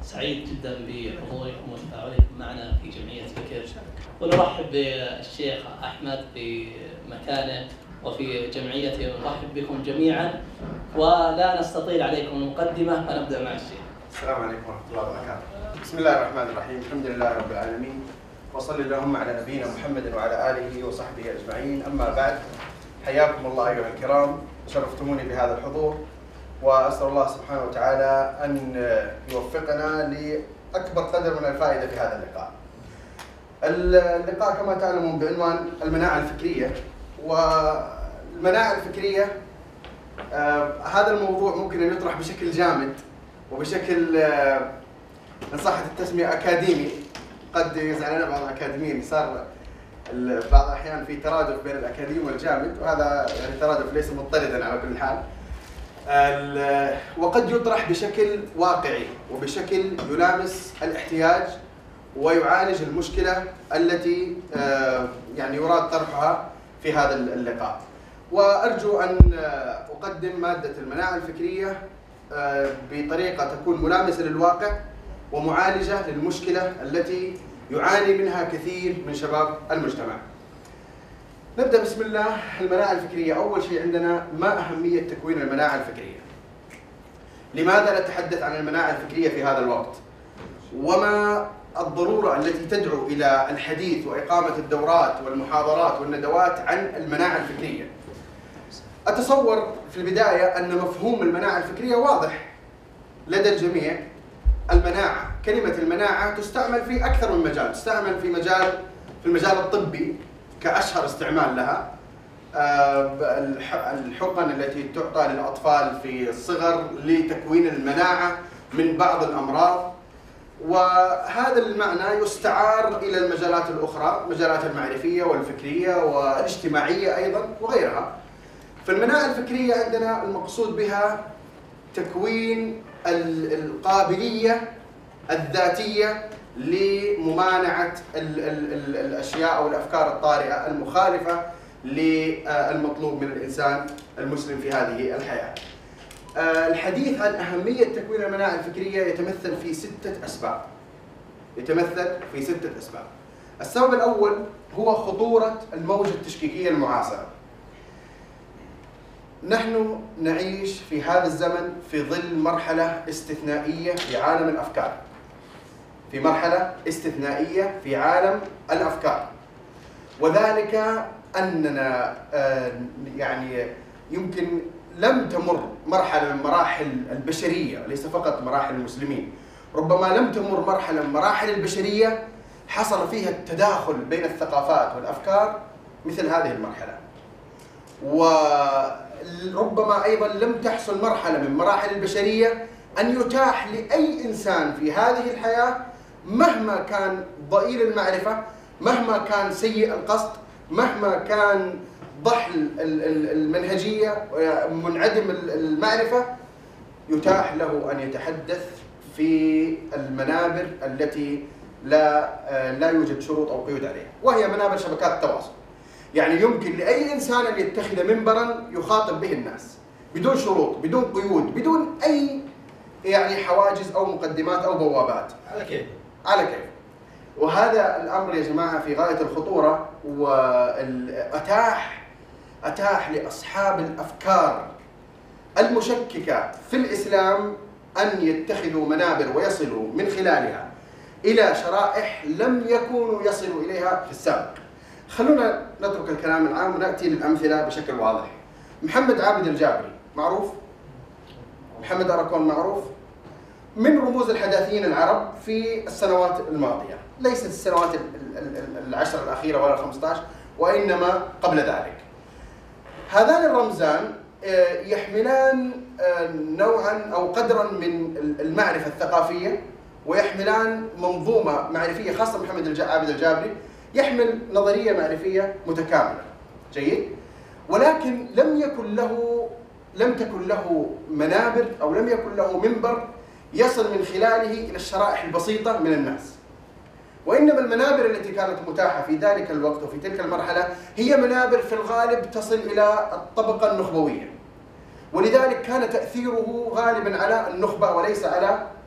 سعيد جدا بحضوركم وتفاعلكم معنا في جمعية فكر، ونرحب بالشيخ أحمد في مكانه وفي جمعيته، ونرحب بكم جميعا ولا نستطيل عليكم المقدمة فنبدأ مع الشيخ. السلام عليكم ورحمة الله وبركاته. بسم الله الرحمن الرحيم، الحمد لله رب العالمين، وصلي اللهم على نبينا محمد وعلى آله وصحبه أجمعين. أما بعد، حياكم الله أيها الكرام، شرفتموني بهذا الحضور، وأسأل الله سبحانه وتعالى أن يوفقنا لأكبر قدر من الفائدة في هذا اللقاء. اللقاء كما تعلمون بعنوان المناعة الفكرية، والمناعة الفكرية هذا الموضوع ممكن أن يطرح بشكل جامد وبشكل إن صحت التسمية أكاديمي. قد يزعلنا بعض الأكاديميين، صار بعض الأحيان في ترادف بين الأكاديمي والجامد، وهذا يعني ترادف ليس مضطردا على كل حال. وقد يطرح بشكل واقعي وبشكل يلامس الاحتياج ويعالج المشكلة التي يعني يراد طرحها في هذا اللقاء. وأرجو أن أقدم مادة المناعة الفكرية بطريقة تكون ملامسة للواقع ومعالجة للمشكلة التي يعاني منها كثير من شباب المجتمع. نبدأ بسم الله. المناعة الفكرية، أول شيء عندنا ما أهمية تكوين المناعة الفكرية؟ لماذا نتحدث عن المناعة الفكرية في هذا الوقت؟ وما الضرورة التي تدعو إلى الحديث وإقامة الدورات والمحاضرات والندوات عن المناعة الفكرية؟ أتصور في البداية أن مفهوم المناعة الفكرية واضح لدى الجميع. المناعة، كلمة المناعة تستعمل في أكثر من مجال، تستعمل في المجال الطبي كأشهر استعمال لها، الحقن التي تعطى للأطفال في الصغر لتكوين المناعة من بعض الأمراض، وهذا المعنى يستعار إلى المجالات الأخرى، مجالات المعرفية والفكرية والاجتماعية أيضا وغيرها. فالمناعة الفكرية عندنا المقصود بها تكوين القابلية الذاتية لممانعة الأشياء أو الأفكار الطارئة المخالفة للمطلوب من الإنسان المسلم في هذه الحياة. الحديث عن أهمية تكوين المناعة الفكرية يتمثل في 6 أسباب. السبب الأول هو خطورة الموجة التشكيكية المعاصرة. نحن نعيش في هذا الزمن في ظل مرحلة استثنائية في عالم الأفكار، وذلك أننا يعني يمكن لم تمر مرحلة من مراحل البشرية، ليس فقط مراحل المسلمين، ربما لم تمر مرحلة من مراحل البشرية حصل فيها التداخل بين الثقافات والأفكار مثل هذه المرحلة. وربما أيضا لم تحصل مرحلة من مراحل البشرية أن يتاح لأي إنسان في هذه الحياة، مهما كان ضئيل المعرفة، مهما كان سيء القصد، مهما كان ضحل المنهجية منعدم المعرفة، يتاح له أن يتحدث في المنابر التي لا يوجد شروط أو قيود عليها، وهي منابر شبكات التواصل. يعني يمكن لأي إنسان أن يتخذ منبرا يخاطب به الناس بدون شروط، بدون قيود، بدون أي يعني حواجز أو مقدمات أو بوابات، على كيف. وهذا الأمر يا جماعة في غاية الخطورة، وأتاح لأصحاب الأفكار المشككة في الإسلام أن يتخذوا منابر ويصلوا من خلالها إلى شرائح لم يكونوا يصلوا إليها في السابق. خلونا نترك الكلام العام ونأتي للأمثلة بشكل واضح. محمد عابد الجابري معروف؟ محمد أراكون معروف؟ من رموز الحداثيين العرب في السنوات الماضية، ليست السنوات العشر الأخيرة ولا 15، وإنما قبل ذلك. هذان الرمزان يحملان نوعا أو قدرا من المعرفة الثقافية، ويحملان منظومة معرفية، خاصة محمد عابد الجابري يحمل نظرية معرفية متكاملة. جيد؟ ولكن لم تكن له منابر أو لم يكن له منبر يصل من خلاله إلى الشرائح البسيطة من الناس، وإنما المنابر التي كانت متاحة في ذلك الوقت وفي تلك المرحلة هي منابر في الغالب تصل إلى الطبقة النخبوية، ولذلك كان تأثيره غالبا على النخبة وليس على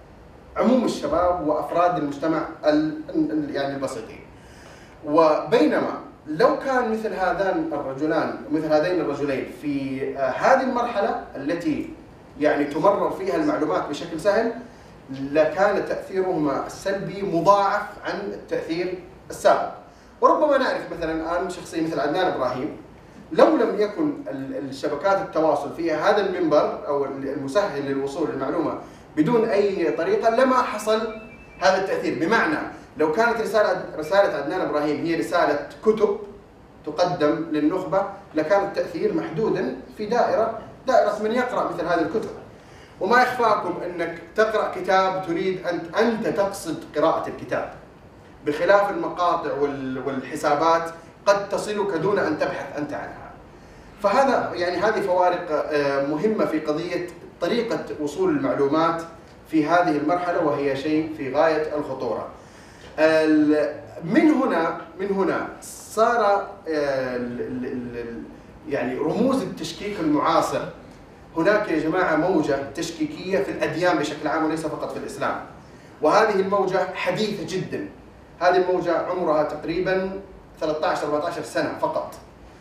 عموم الشباب وافراد المجتمع يعني البسيطين. وبينما لو كان مثل هذين الرجلين في هذه المرحله التي يعني تمرر فيها المعلومات بشكل سهل، لكان تاثيرهما السلبي مضاعف عن التاثير السابق. وربما نعرف مثلا الان شخصيه مثل عدنان ابراهيم، لو لم يكن الشبكات التواصل فيها هذا المنبر او المسهل للوصول للمعلومه بدون اي طريقه، لما حصل هذا التاثير. بمعنى لو كانت رساله عدنان ابراهيم هي رساله كتب تقدم للنخبه، لكان التاثير محدودا في دائره من يقرا مثل هذه الكتب. وما يخفاكم انك تقرا كتاب تريد انت تقصد قراءه الكتاب، بخلاف المقاطع والحسابات قد تصلك دون ان تبحث انت عنها. فهذا يعني هذه فوارق مهمه في قضيه طريقه وصول المعلومات في هذه المرحله، وهي شيء في غايه الخطوره. من هنا صار يعني رموز التشكيك المعاصر. هناك يا جماعه موجه تشكيكيه في الاديان بشكل عام وليس فقط في الاسلام، وهذه الموجه حديثه جدا. هذه الموجه عمرها تقريبا 13-14 سنه فقط.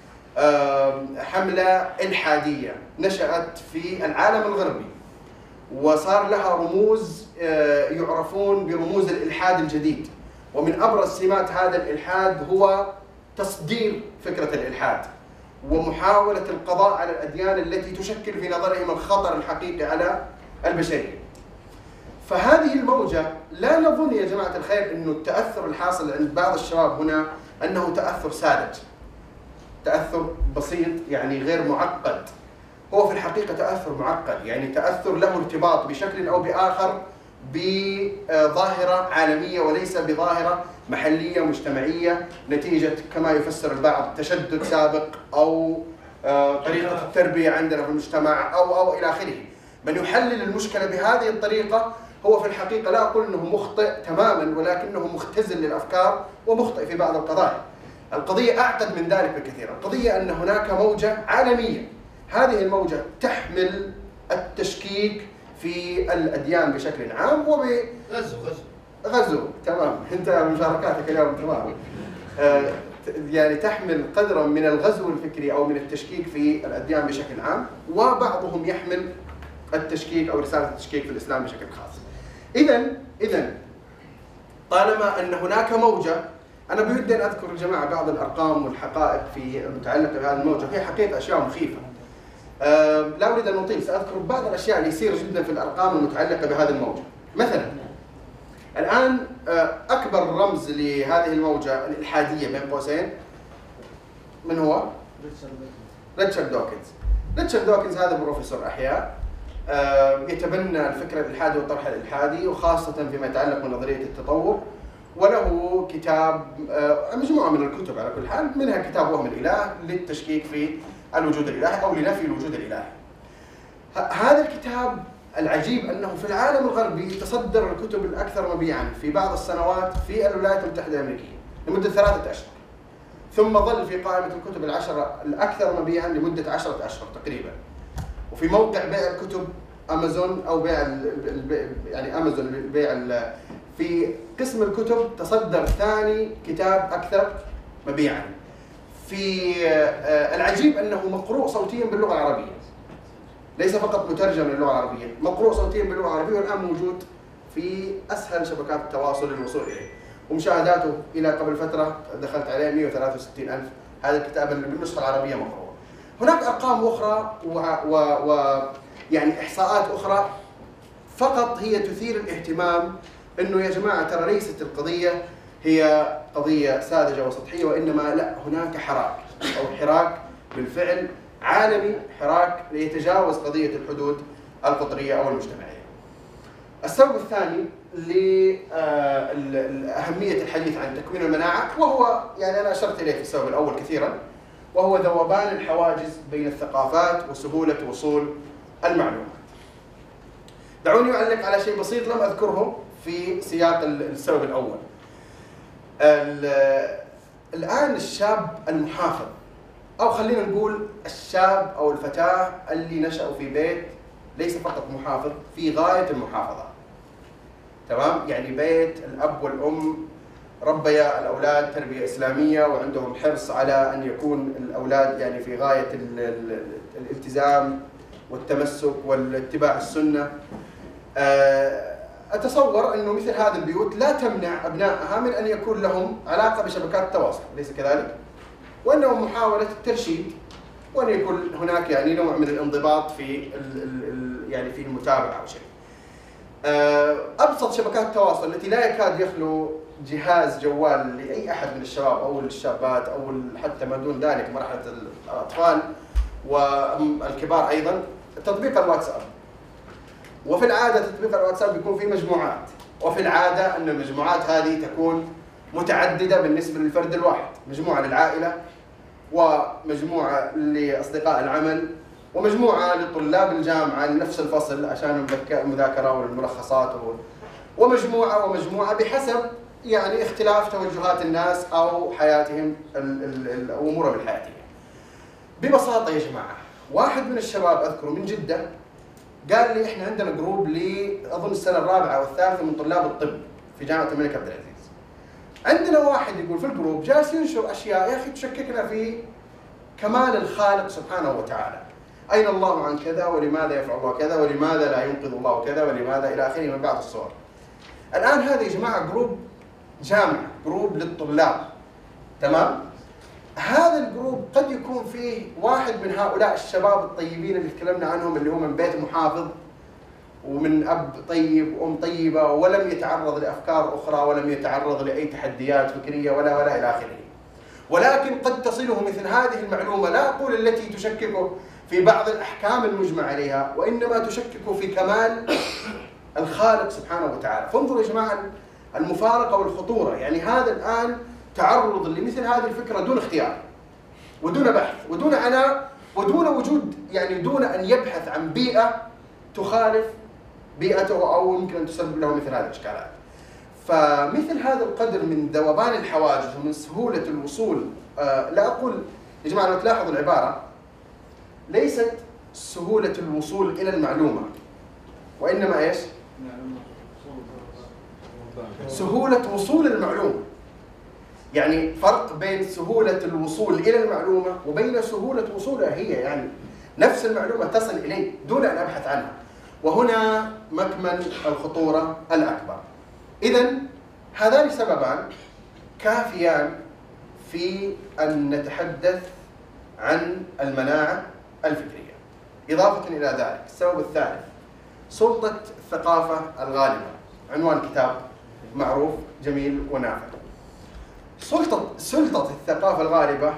حمله الحاديه نشأت في العالم الغربي، وصار لها رموز يعرفون برموز الإلحاد الجديد. ومن أبرز سمات هذا الإلحاد هو تصدير فكرة الإلحاد ومحاولة القضاء على الأديان التي تشكل في نظرهم الخطر الحقيقي على البشرية. فهذه الموجة لا نظن يا جماعة الخير أنه التأثر الحاصل عند بعض الشباب هنا أنه تأثر ساذج، تأثر بسيط يعني غير معقد. هو في الحقيقة تأثر معقد، يعني تأثر له ارتباط بشكل أو بآخر بظاهرة عالمية وليس بظاهرة محلية مجتمعية نتيجة كما يفسر البعض تشدد سابق أو طريقة التربية عندنا في المجتمع أو إلى آخره. من يحلل المشكلة بهذه الطريقة هو في الحقيقة لا أقول أنه مخطئ تماما، ولكنه مختزل للأفكار ومخطئ في بعض القضايا. القضية أعقد من ذلك بكثير. القضية أن هناك موجة عالمية، هذه الموجة تحمل التشكيك في الأديان بشكل عام غزو تمام. أنت مشاركاتك اليوم تمام. يعني تحمل قدرا من الغزو الفكري أو من التشكيك في الأديان بشكل عام، وبعضهم يحمل التشكيك أو رسالة التشكيك في الإسلام بشكل خاص. إذن طالما أن هناك موجة، أنا بودي أن أذكر يا جماعة بعض الأرقام والحقائق في المتعلقة بهذه الموجة. في حقيقة أشياء مخيفة. لا أريد أن نطيل، سأذكر بعض الأشياء اللي يصير جدا في الأرقام المتعلقة بهذه الموجة. مثلا الآن أكبر رمز لهذه الموجة الإلحادية بين قوسين من هو؟ ريتشارد دوكنز. ريتشارد دوكنز هذا بروفيسور أحياء يتبنى الفكر الإلحادي والطرح الإلحادي، وخاصة فيما يتعلق بنظرية التطور، وله كتاب مجموعة من الكتب على كل حال، منها كتاب وهم الإله للتشكيك في الوجود الإلهي أو لنفي الوجود الإلهي. هذا الكتاب العجيب أنه في العالم الغربي تصدر الكتب الأكثر مبيعاً في بعض السنوات في الولايات المتحدة الأمريكية لمدة 3 أشهر، ثم ظل في قائمة الكتب العشرة الأكثر مبيعاً لمدة 10 أشهر تقريباً. وفي موقع بيع الكتب أمازون أو يعني أمازون البيع في قسم الكتب تصدر ثاني كتاب أكثر مبيعاً. في العجيب أنه مقروء صوتياً باللغة العربية، ليس فقط مترجم للغة العربية، مقروء صوتياً باللغة العربية، والآن موجود في أسهل شبكات التواصل للوصول إليه. ومشاهداته إلى قبل فترة دخلت عليه 163,000. هذا الكتاب بالنسخة العربية مقروء. هناك أرقام أخرى يعني إحصاءات أخرى فقط هي تثير الاهتمام، إنه يا جماعة ترى ليست القضية هي قضية ساذجة وسطحية، وإنما لا، هناك حراك أو حراك بالفعل عالمي، حراك ليتجاوز قضية الحدود القطرية أو المجتمعية. السبب الثاني لأهمية الحديث عن تكوين المناعة، وهو يعني أنا أشرت إليه في السبب الأول كثيرا، وهو ذوبان الحواجز بين الثقافات وسهولة وصول المعلومات. دعوني أعلق على شيء بسيط لم أذكره في سياق السبب الأول. الآن الشاب المحافظ، أو خلينا نقول الشاب أو الفتاة اللي نشأوا في بيت ليس فقط محافظ، في غاية المحافظة، تمام؟ يعني بيت الأب والأم ربيا الأولاد تربية إسلامية وعندهم حرص على أن يكون الأولاد يعني في غاية الالتزام والتمسك والاتباع السنة. أتصور أنه مثل هذه البيوت لا تمنع أبنائها من أن يكون لهم علاقة بشبكات التواصل، أليس كذلك؟ وأنه محاولة الترشيد، وأن يكون هناك يعني نوع من الانضباط في يعني في المتابعة أو شيء. أبسط شبكات التواصل التي لا يكاد يخلو جهاز جوال لأي أحد من الشباب أو الشابات أو حتى ما دون ذلك مرحلة الأطفال والكبار أيضا، تطبيق الواتساب. وفي العادة تطبيق الواتساب يكون فيه مجموعات، وفي العادة أن المجموعات هذه تكون متعددة بالنسبة للفرد الواحد، مجموعة للعائلة ومجموعة لأصدقاء العمل ومجموعة لطلاب الجامعة لنفس الفصل عشان المذاكرة والملخصات ومجموعة بحسب يعني اختلاف توجهات الناس أو حياتهم أو أمورهم الحياتية. ببساطة يا جماعة، واحد من الشباب أذكره من جدة قال لي إحنا عندنا جروب أظن السنة الرابعة أو الثالثة من طلاب الطب في جامعة الملك عبد العزيز. عندنا واحد يقول في الجروب جالس ينشر أشياء يا أخي تشككنا في كمال الخالق سبحانه وتعالى. أين الله عن كذا، ولماذا يفعل الله كذا، ولماذا لا ينقذ الله كذا، ولماذا إلى آخره من بعض الصور. الآن هذا يا جماعة جروب جامعة، جروب للطلاب، تمام؟ هذا الجروب قد يكون فيه واحد من هؤلاء الشباب الطيبين اللي تكلمنا عنهم، اللي هو من بيت محافظ ومن أب طيب وأم طيبة ولم يتعرض لأفكار أخرى ولم يتعرض لأي تحديات فكرية ولا إلى آخره. ولكن قد تصله مثل هذه المعلومة، لا أقول التي تشككه في بعض الأحكام المجمع عليها، وإنما تشككه في كمال الخالق سبحانه وتعالى. فانظروا يا جماعة المفارقة والخطورة. يعني هذا الآن تعرض لمثل هذه الفكرة دون اختيار ودون بحث ودون عناء ودون وجود، يعني دون أن يبحث عن بيئة تخالف بيئته أو يمكن أن تسبب له مثل هذه الإشكالات. فمثل هذا القدر من ذوبان الحواجز ومن سهولة الوصول، لا أقول يا جماعة لو تلاحظوا العبارة، ليست سهولة الوصول إلى المعلومة، وإنما إيش؟ سهولة وصول المعلومة. يعني فرق بين سهولة الوصول إلى المعلومة وبين سهولة وصولها هي، يعني نفس المعلومة تصل إلي دون أن أبحث عنها. وهنا مكمن الخطورة الأكبر. إذن هذان سببان كافيان في أن نتحدث عن المناعة الفكرية. إضافة إلى ذلك السبب الثالث سلطة الثقافة الغالبة، عنوان كتاب معروف جميل ونافع. سلطة الثقافة الغالبة،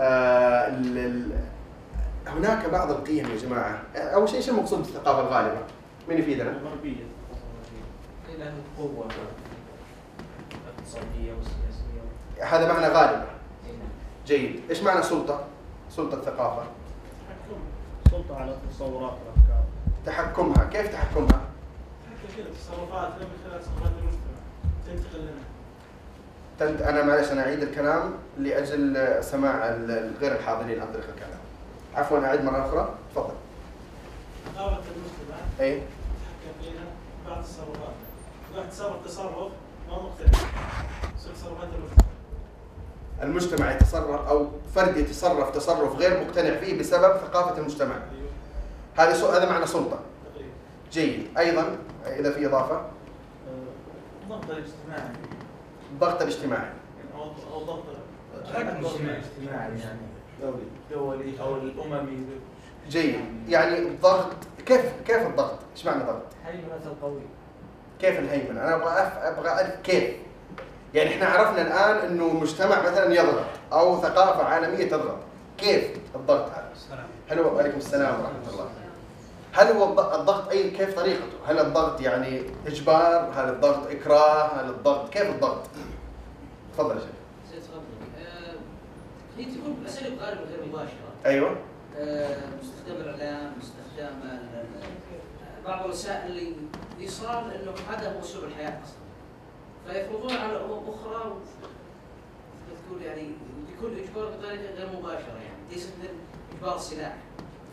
هناك بعض القيم يا جماعة. أول شيء، ايش المقصود بالثقافة الغالبة؟ مين يفيدنا؟ الغربية إلى القوة الاقتصادية والسياسية. هذا معنى غالبة. جيد. ايش معنى سلطة؟ سلطة الثقافة. سلطة على التصورات والأفكار. تحكمها، كيف تحكمها؟ كذا تصرفات من خلال تصرفات المجتمع تنتقل لنا. أنا معلش أنا أعيد الكلام لأجل سماع غير الحاضرين عن طريق الكلام. عفوا أعيد مرة أخرى، تفضل. ثقافة المجتمع أي تتحكم فيها بعض التصرفات. واحد تصرف ما مقتنع. تصرفات المجتمع يتصرف أو فرد يتصرف تصرف غير مقتنع فيه بسبب ثقافة المجتمع. هذا معنى سلطة. جيد. أيضا إذا في إضافة، الضغط الاجتماعي. الضغط الاجتماعي أو ضغط اجتماعي يعني دولي أو الأممي. جيد. يعني الضغط، كيف الضغط؟ ايش معنى ضغط؟ هيمنة القوي. كيف الهيمنة؟ أنا أبغى أعرف كيف. يعني إحنا عرفنا الآن إنه مجتمع مثلا يضغط أو ثقافة عالمية تضغط. كيف الضغط هذا؟ هل هو عليكم السلام ورحمة الله. هل هو الضغط كيف طريقته؟ هل الضغط يعني إجبار؟ هل الضغط إكراه؟ هل الضغط كيف الضغط؟ تفضل يا شيخ. هي تكون بأساليب غالبا غير مباشرة. أيوه. باستخدام الإعلام، باستخدام بعض الوسائل الإيصال، إنه هذا هو أسلوب الحياة أصلا. فيفرضون على أمم أخرى تقول يعني بيكون إجبار بطريقة غير مباشرة، يعني ليس مثل إجبار السلاح.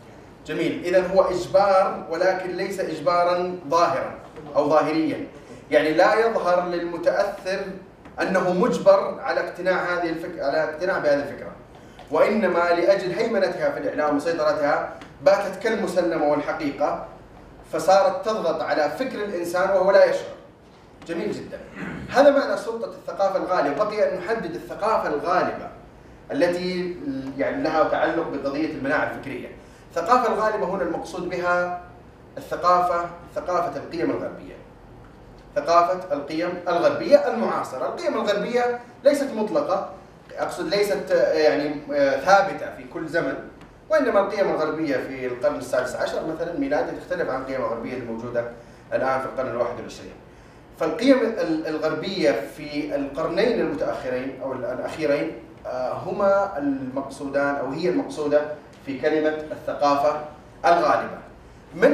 جميل. إذا هو إجبار ولكن ليس إجبارا ظاهرا أو ظاهريا. يعني لا يظهر للمتأثر أنه مجبر على اقتناع هذه الفكرة، على اقتناع بهذه الفكرة، وإنما لأجل هيمنتها في الإعلام وسيطرتها باتت كالمسلمة والحقيقة، فصارت تضغط على فكر الإنسان وهو لا يشعر. جميل جدا. هذا معنى سلطة الثقافة الغالبة. بقي أن نحدد الثقافة الغالبة التي يعني لها تعلق بقضية المناعة الفكرية. الثقافة الغالبة هنا المقصود بها ثقافة القيم الغربية. ثقافة القيم الغربية المعاصرة. القيم الغربية ليست مطلقة، أقصد ليست يعني ثابتة في كل زمن، وإنما القيم الغربية في القرن السادس عشر مثلا ميلادي تختلف عن القيم الغربية الموجودة الآن في القرن ال21. فالقيم الغربية في القرنين المتأخرين أو الأخيرين هما المقصودان أو هي المقصودة في كلمة الثقافة الغالبة. من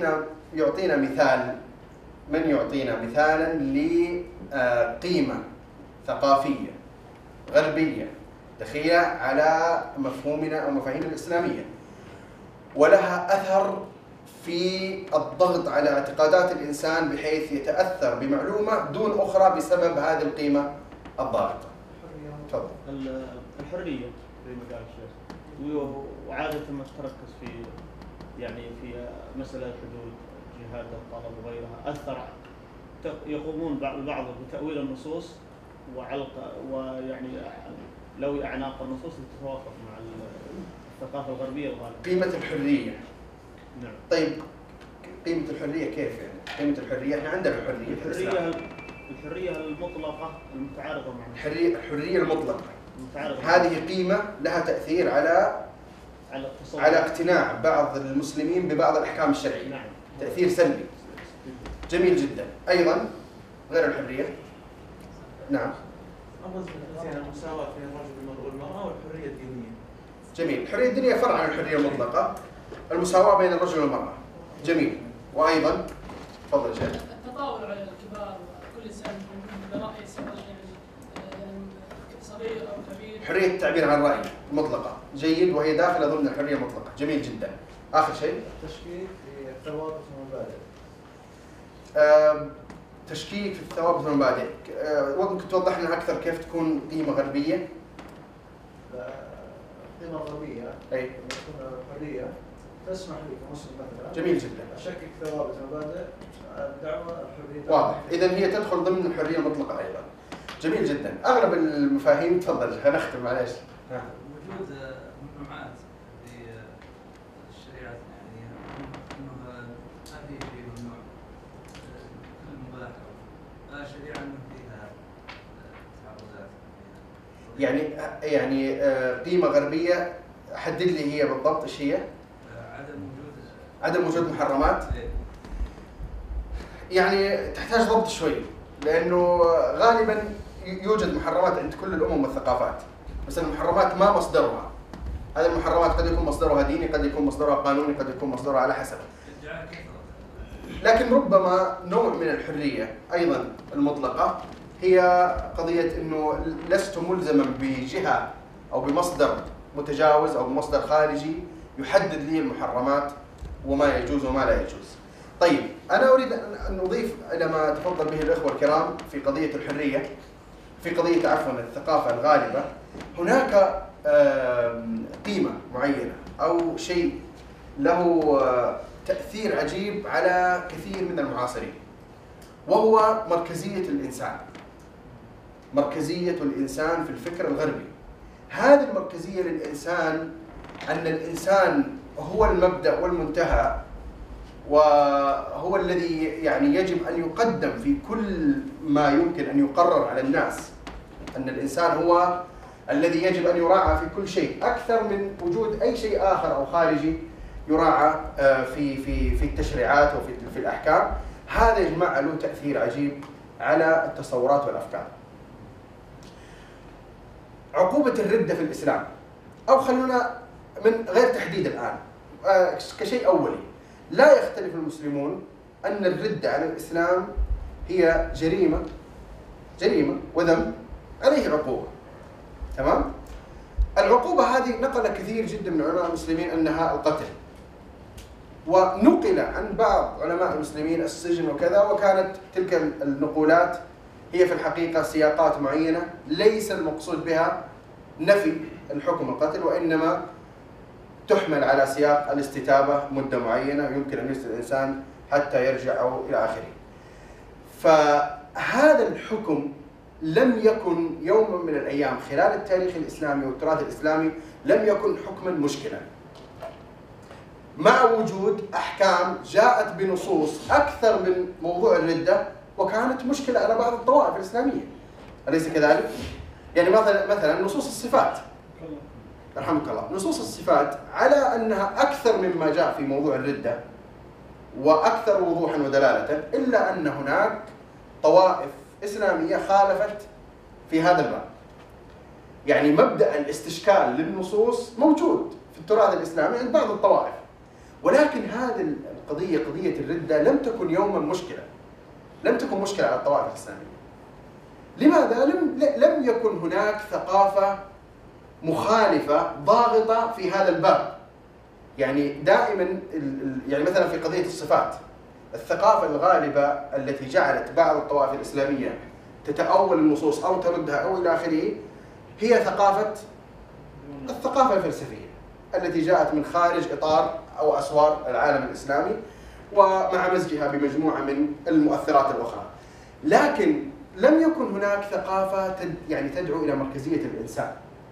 يعطينا مثالا لقيمة ثقافية غربية دخيلة على مفهومنا أو مفاهيمنا الإسلامية ولها أثر في الضغط على اعتقادات الإنسان بحيث يتأثر بمعلومة دون أخرى بسبب هذه القيمة الضاغطة. تفضل. الحرية زي ما قال الشيخ، وعادة ما تركز في مسألة حدود جهاد الطلب وغيرها، يقومون البعض بتأويل النصوص ويعني لو أعناق النصوص تتوافق مع الثقافة الغربية الغالبة. قيمة الحرية. نعم. طيب قيمة الحرية كيف يعني؟ قيمة الحرية احنا عندنا الحرية في الإسلام. الحرية المطلقة المتعارضة مع الحرية المطلقة. هذه قيمة لها تأثير على اقتناع بعض المسلمين ببعض الأحكام الشرعية. نعم. تأثير سلبي. جميل جدا. أيضا غير الحرية. نعم. المساواة بين الرجل والمرأة والحرية الدينية. جميل. الحرية الدينية فرع عن الحرية المطلقة. المساواة بين الرجل والمرأة. جميل. وأيضا تفضل شيخ. التطاول على الكبار وكل إنسان برأي سواء يعني صغير أو كبير. حرية التعبير عن رأي مطلقة. جيد، وهي داخلة ضمن الحرية المطلقة. جميل جدا. آخر شيء. التشكيك في الثوابت والمبادئ. تشكيك في الثوابت والمبادئ. ممكن توضح لنا أكثر كيف تكون قيمة غربية؟ قيمة غربية. أي. تكون الحرية تسمح لي كمسلم مثلا. جميل جدا. أشكك ثوابت ومبادئ الدعوة الحرية. واضح. إذا هي تدخل ضمن الحرية المطلقة أيضا. جميل جدا. أغلب المفاهيم تفضل هنختم معلش. وجود ممنوعات في الشريعة يعني انه ما في شيء ممنوع، كل مباح، الشريعة انه فيها تعرضات يعني قيمة غربية. حدد لي هي بالضبط ايش هي؟ عدم وجود محرمات. يعني تحتاج ضبط شوي، لأنه غالبا يوجد محرمات عند كل الأمم والثقافات، بس المحرمات ما مصدرها. هذه المحرمات قد يكون مصدرها ديني، قد يكون مصدرها قانوني، قد يكون مصدرها على حسب. لكن ربما نوع من الحرية أيضا المطلقة هي قضية أنه لست ملزما بجهة أو بمصدر متجاوز أو بمصدر خارجي يحدد لي المحرمات وما يجوز وما لا يجوز. طيب أنا أريد أن أضيف إلى ما تفضل به الأخوة الكرام في قضية الحرية، في قضية الثقافة الغالبة. هناك قيمة معينة أو شيء له تأثير عجيب على كثير من المعاصرين، وهو مركزية الإنسان. مركزية الإنسان في الفكر الغربي. هذه المركزية للإنسان، أن الإنسان هو المبدأ والمنتهى، وهو الذي يعني يجب أن يقدم في كل ما يمكن أن يقرر على الناس. أن الإنسان هو الذي يجب أن يراعى في كل شيء أكثر من وجود أي شيء آخر أو خارجي يراعى في التشريعات وفي الأحكام. هذا يا جماعة له تأثير عجيب على التصورات والأفكار. عقوبة الردة في الإسلام، أو خلونا من غير تحديد الآن كشيء أولي، لا يختلف المسلمون أن الردة عن الإسلام هي جريمة وذنب عليه عقوبة. تمام؟ العقوبة هذه نقل كثير جدا من علماء المسلمين أنها القتل. ونقل عن بعض علماء المسلمين السجن وكذا، وكانت تلك النقولات هي في الحقيقة سياقات معينة ليس المقصود بها نفي الحكم القتل، وإنما تحمل على سياق الاستتابة مدة معينة يمكن أن يسجن الإنسان حتى يرجع أو إلى آخره. فهذا الحكم لم يكن يوما من الأيام خلال التاريخ الإسلامي والتراث الإسلامي لم يكن حكما مشكلا، مع وجود أحكام جاءت بنصوص أكثر من موضوع الردة وكانت مشكلة على بعض الطوائف الإسلامية، أليس كذلك؟ يعني مثلا نصوص الصفات، رحمك الله، نصوص الصفات على أنها أكثر مما جاء في موضوع الردة وأكثر وضوحا ودلالة، إلا أن هناك طوائف إسلامية خالفت في هذا الباب. يعني مبدأ الاستشكال للنصوص موجود في التراث الإسلامي عند بعض الطوائف، ولكن هذه القضية، قضية الردة، لم تكن يوما مشكلة، لم تكن مشكلة على الطوائف الإسلامية. لماذا؟ لم يكن هناك ثقافة مخالفة ضاغطة في هذا الباب. يعني دائما يعني مثلا في قضية الصفات، الثقافة الغالبة التي جعلت بعض الطوائف الإسلامية تتأول النصوص أو تردها أو إلى آخره هي الثقافة الفلسفية التي جاءت من خارج إطار أو أسوار العالم الإسلامي ومع مزجها بمجموعة من المؤثرات الأخرى. لكن لم يكن هناك ثقافة يعني تدعو إلى مركزية الإنسان،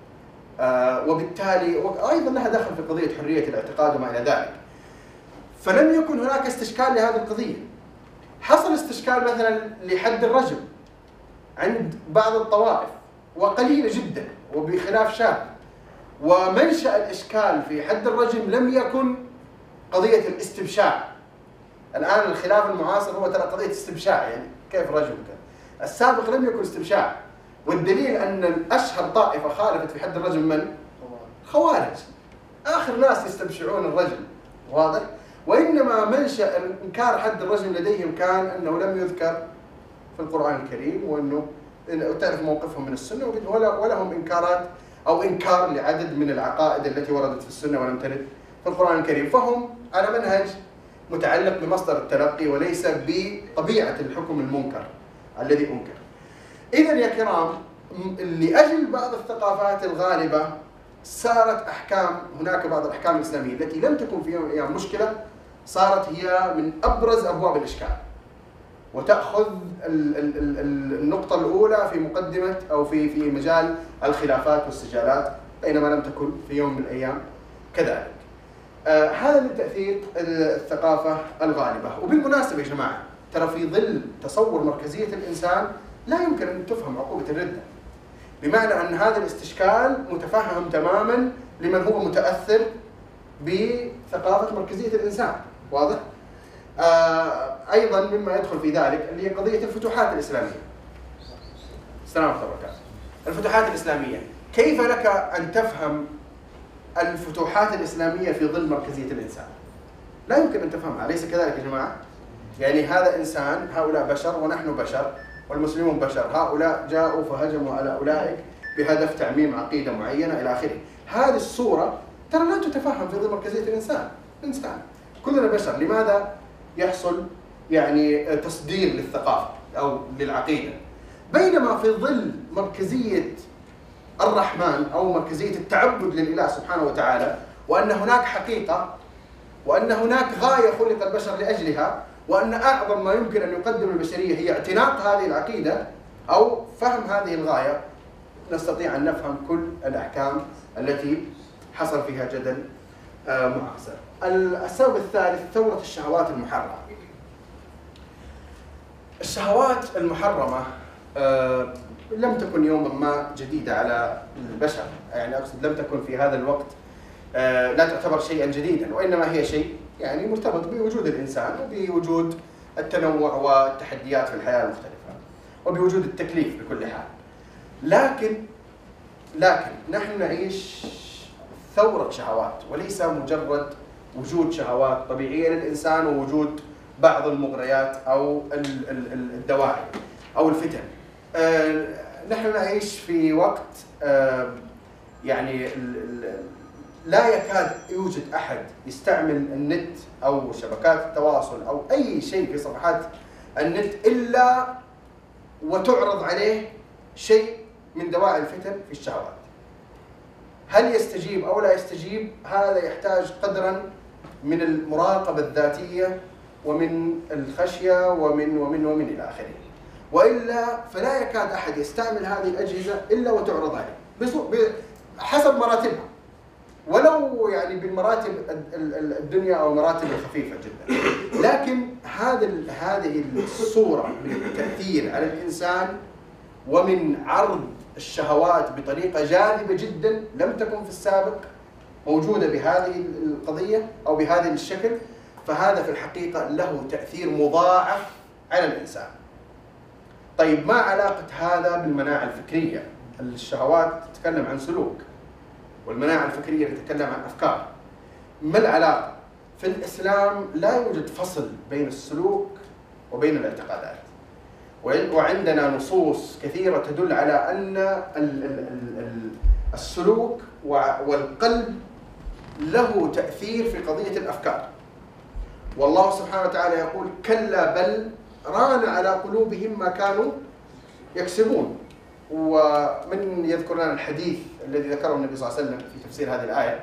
وبالتالي أيضا لها دخل في قضية حرية الاعتقاد وما إلى ذلك. فلم يكن هناك استشكال لهذه القضية. حصل استشكال مثلا لحد الرجم عند بعض الطوائف وقليلة جدا وبخلاف شاذ، ومنشأ الإشكال في حد الرجم لم يكن قضية الاستبشاع. الآن الخلاف المعاصر هو ترى قضية استبشاع، يعني كيف رجم كذا. السابق لم يكن استبشاع، والدليل أن أشهر طائفة خالفت في حد الرجم من؟ خوارج. آخر ناس يستبشعون الرجم، واضح؟ وإنما منشأ إنكار حد الرجم لديهم كان أنه لم يذكر في القرآن الكريم، وأنه تعرف موقفهم من السنة، ولهم إنكارات أو إنكار لعدد من العقائد التي وردت في السنة ولم ترد في القرآن الكريم. فهم على منهج متعلق بمصدر التلقي وليس بطبيعة الحكم المنكر الذي أنكر. إذن يا كرام، لأجل بعض الثقافات الغالبة صارت أحكام، هناك بعض الأحكام الإسلامية التي لم تكن في يوم من الأيام مشكلة صارت هي من أبرز أبواب الإشكال، وتأخذ النقطة الأولى في مقدمة أو في مجال الخلافات والسجالات، بينما لم تكن في يوم من الأيام كذلك. هذا من تأثير الثقافة الغالبة. وبالمناسبة يا جماعة، ترى في ظل تصور مركزية الإنسان لا يمكن أن تفهم عقوبة الردة، بمعنى أن هذا الاستشكال متفهم تماما لمن هو متأثر بثقافة مركزية الإنسان، واضح؟ أيضا مما يدخل في ذلك اللي هي قضية الفتوحات الإسلامية. السلام عليكم ورحمة الله. الفتوحات الإسلامية، كيف لك أن تفهم الفتوحات الإسلامية في ظل مركزية الإنسان؟ لا يمكن أن تفهمها، أليس كذلك يا جماعة؟ يعني هذا إنسان، هؤلاء بشر ونحن بشر والمسلمون بشر، هؤلاء جاءوا فهجموا على أولئك بهدف تعميم عقيدة معينة إلى آخره. هذه الصورة ترى لا تتفهم في ظل مركزية الإنسان. إنسان كلنا بشر، لماذا يحصل يعني تصدير للثقافة أو للعقيدة؟ بينما في ظل مركزية الرحمن أو مركزية التعبد لله سبحانه وتعالى، وأن هناك حقيقة، وأن هناك غاية خلق البشر لأجلها، وأن أعظم ما يمكن أن يقدم البشرية هي اعتناق هذه العقيدة أو فهم هذه الغاية، نستطيع أن نفهم كل الأحكام التي حصل فيها جدل معاصر. السبب الثالث ثورة الشهوات المحرمة. الشهوات المحرمة لم تكن يوما ما جديدة على البشر، يعني أقصد لم تكن في هذا الوقت، لا تعتبر شيئا جديدا، وإنما هي شيء يعني مرتبط بوجود الإنسان وبوجود التنوع والتحديات في الحياة المختلفة وبوجود التكليف بكل حال. لكن نحن نعيش ثورة شهوات، وليس مجرد وجود شهوات طبيعية للإنسان ووجود بعض المغريات أو الدواعي أو الفتن. نحن نعيش في وقت يعني لا يكاد يوجد أحد يستعمل النت أو شبكات التواصل أو أي شيء في صفحات النت إلا وتعرض عليه شيء من دواعي الفتن في الشهوات. هل يستجيب أو لا يستجيب؟ هذا يحتاج قدرا من المراقبة الذاتية ومن الخشية ومن إلى آخره. وإلا فلا يكاد أحد يستعمل هذه الأجهزة إلا وتعرض عليه حسب مراتبها، ولو يعني بالمراتب الدنيا أو المراتب الخفيفة جدا. لكن هذه الصورة من التأثير على الإنسان ومن عرض الشهوات بطريقة جاذبة جدا لم تكن في السابق موجودة بهذه القضية أو بهذا الشكل، فهذا في الحقيقة له تأثير مضاعف على الإنسان. طيب ما علاقة هذا بالمناعة الفكرية؟ الشهوات تتكلم عن سلوك، والمناعة الفكرية تتكلم عن أفكار. ما العلاقة؟ في الإسلام لا يوجد فصل بين السلوك وبين الاعتقادات، وعندنا نصوص كثيرة تدل على أن السلوك والقلب له تأثير في قضية الأفكار. والله سبحانه وتعالى يقول: كلا بل ران على قلوبهم ما كانوا يكسبون. ومن يذكر لنا الحديث الذي ذكره النبي صلى الله عليه وسلم في تفسير هذه الآية؟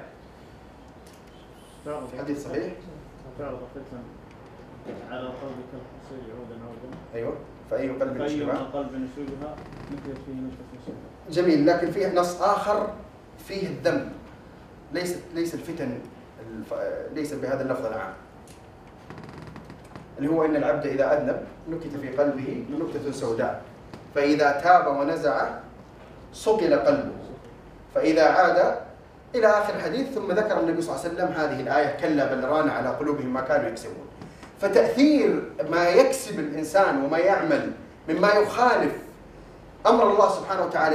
حديث صحيح؟ تعرض فتنة على قلبك الحصير عودا عودا. أيوه. فأي قلب يشبهها نكتت فيه نكتة الشبهة. جميل. لكن فيه نص آخر فيه الذم، ليس الفتن، ليس بهذا اللفظ العام، اللي هو إن العبد إذا أذنب نكت في قلبه نكتة سوداء فإذا تاب ونزع صقل قلبه فإذا عاد إلى آخر الحديث. ثم ذكر النبي صلى الله عليه وسلم هذه الآية: كلا بل ران على قلوبهم ما كانوا يكسبون. فتأثير ما يكسب الإنسان وما يعمل مما يخالف أمر الله سبحانه وتعالى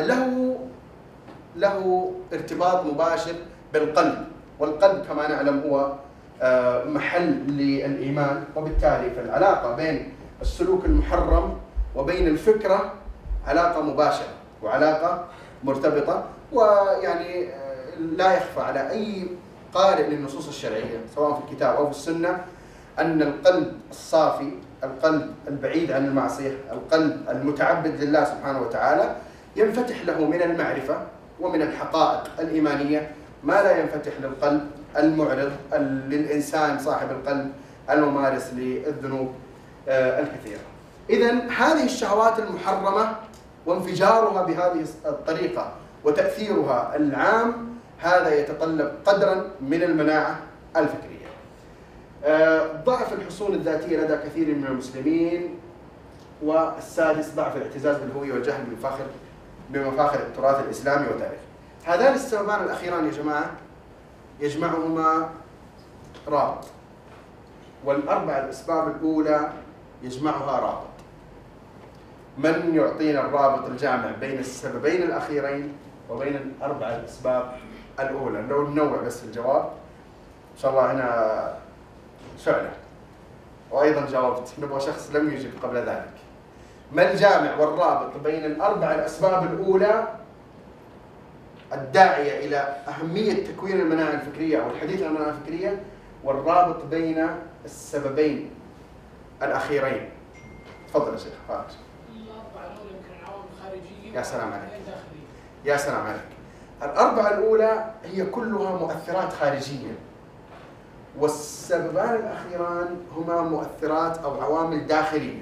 له ارتباط مباشر بالقلب، والقلب كما نعلم هو محل للإيمان، وبالتالي فالعلاقة بين السلوك المحرم وبين الفكرة علاقة مباشرة وعلاقة مرتبطة. ويعني لا يخفى على أي قارئ للنصوص الشرعية سواء في الكتاب أو في السنة أن القلب الصافي، القلب البعيد عن المعصية، القلب المتعبد لله سبحانه وتعالى ينفتح له من المعرفة ومن الحقائق الإيمانية ما لا ينفتح للقلب المعرض، للإنسان صاحب القلب الممارس للذنوب الكثيرة. إذن هذه الشهوات المحرمة وانفجارها بهذه الطريقة وتأثيرها العام هذا يتطلب قدرا من المناعة الفكرية. ضعف الحصون الذاتية لدى كثير من المسلمين. والسادس ضعف الاعتزاز بالهوية والجهل بمفاخر التراث الإسلامي وتاريخه. هذان السببان الأخيران يا جماعة يجمعهما رابط، والأربع الأسباب الأولى يجمعها رابط. من يعطينا الرابط الجامع بين السببين الأخيرين وبين الأربع الأسباب الأولى؟ لو ننوع بس الجواب إن شاء الله. هنا شعلة وأيضا جاوبت، نبغى شخص لم يجب قبل ذلك. ما الجامع والرابط بين الأربع الأسباب الأولى الداعية إلى أهمية تكوين المناعة الفكرية أو الحديث عن المناعة الفكرية، والرابط بين السببين الأخيرين؟ تفضل يا شيخ فارج. الأربعة الأولى يمكن عوامل خارجية. يا سلام عليك. يا سلام عليك. الأربعة الأولى هي كلها مؤثرات خارجية، والسببان الأخيران هما مؤثرات أو عوامل داخلية.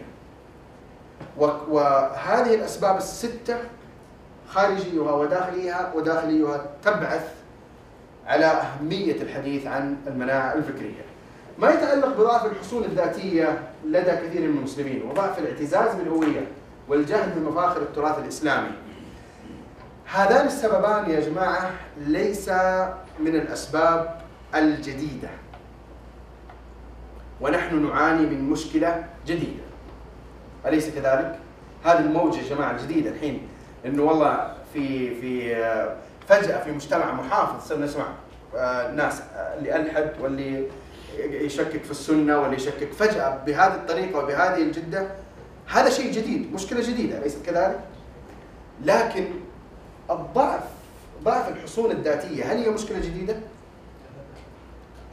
وهذه الأسباب الستة خارجيها وداخليها تبعث على أهمية الحديث عن المناعة الفكرية. ما يتعلق بضعف الحصون الذاتية لدى كثير من المسلمين وضعف الاعتزاز بالهوية والجهل بمفاخر التراث الإسلامي، هذان السببان يا جماعة ليس من الأسباب الجديدة، ونحن نعاني من مشكلة جديدة، أليس كذلك؟ هذه الموجة يا جماعة الجديدة الحين، إنه والله في فجأة في مجتمع محافظ صرنا نسمع ناس اللي ألحد واللي يشكك في السنة واللي يشكك فجأة بهذه الطريقة وبهذه الجدة. هذا شيء جديد، مشكلة جديدة، أليست كذلك؟ لكن ضعف الحصون الذاتية هل هي مشكلة جديدة؟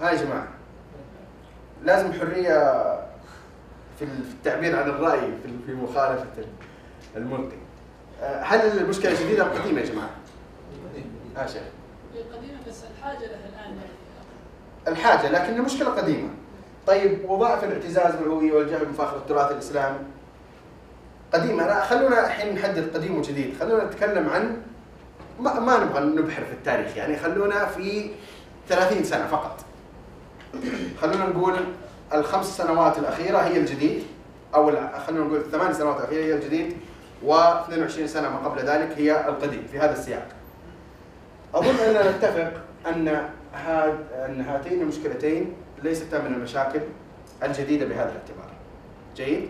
ها يا جماعة، لازم حرية في التعبير عن الرأي في مخالفة الملقي. هل المشكلة جديدة أم قديمة يا جماعة؟ شيخ. قديمة بس الحاجة لها الآن يعني. الحاجة، لكن المشكلة قديمة. طيب وضعف الاعتزاز بالهوية والجهل بفخر التراث الإسلامي قديمة. خلونا الحين نحدد قديم وجديد. خلونا نتكلم عن ما نبغى نبحر في التاريخ، يعني خلونا في 30 سنة فقط. خلونا نقول ال5 سنوات الأخيرة هي الجديد، أو خلونا نقول 8 سنوات الأخيرة هي الجديد، و22 سنة ما قبل ذلك هي القديم في هذا السياق. أظن أننا نتفق أن هاتين المشكلتين ليستا من المشاكل الجديدة بهذا الاعتبار. جيد؟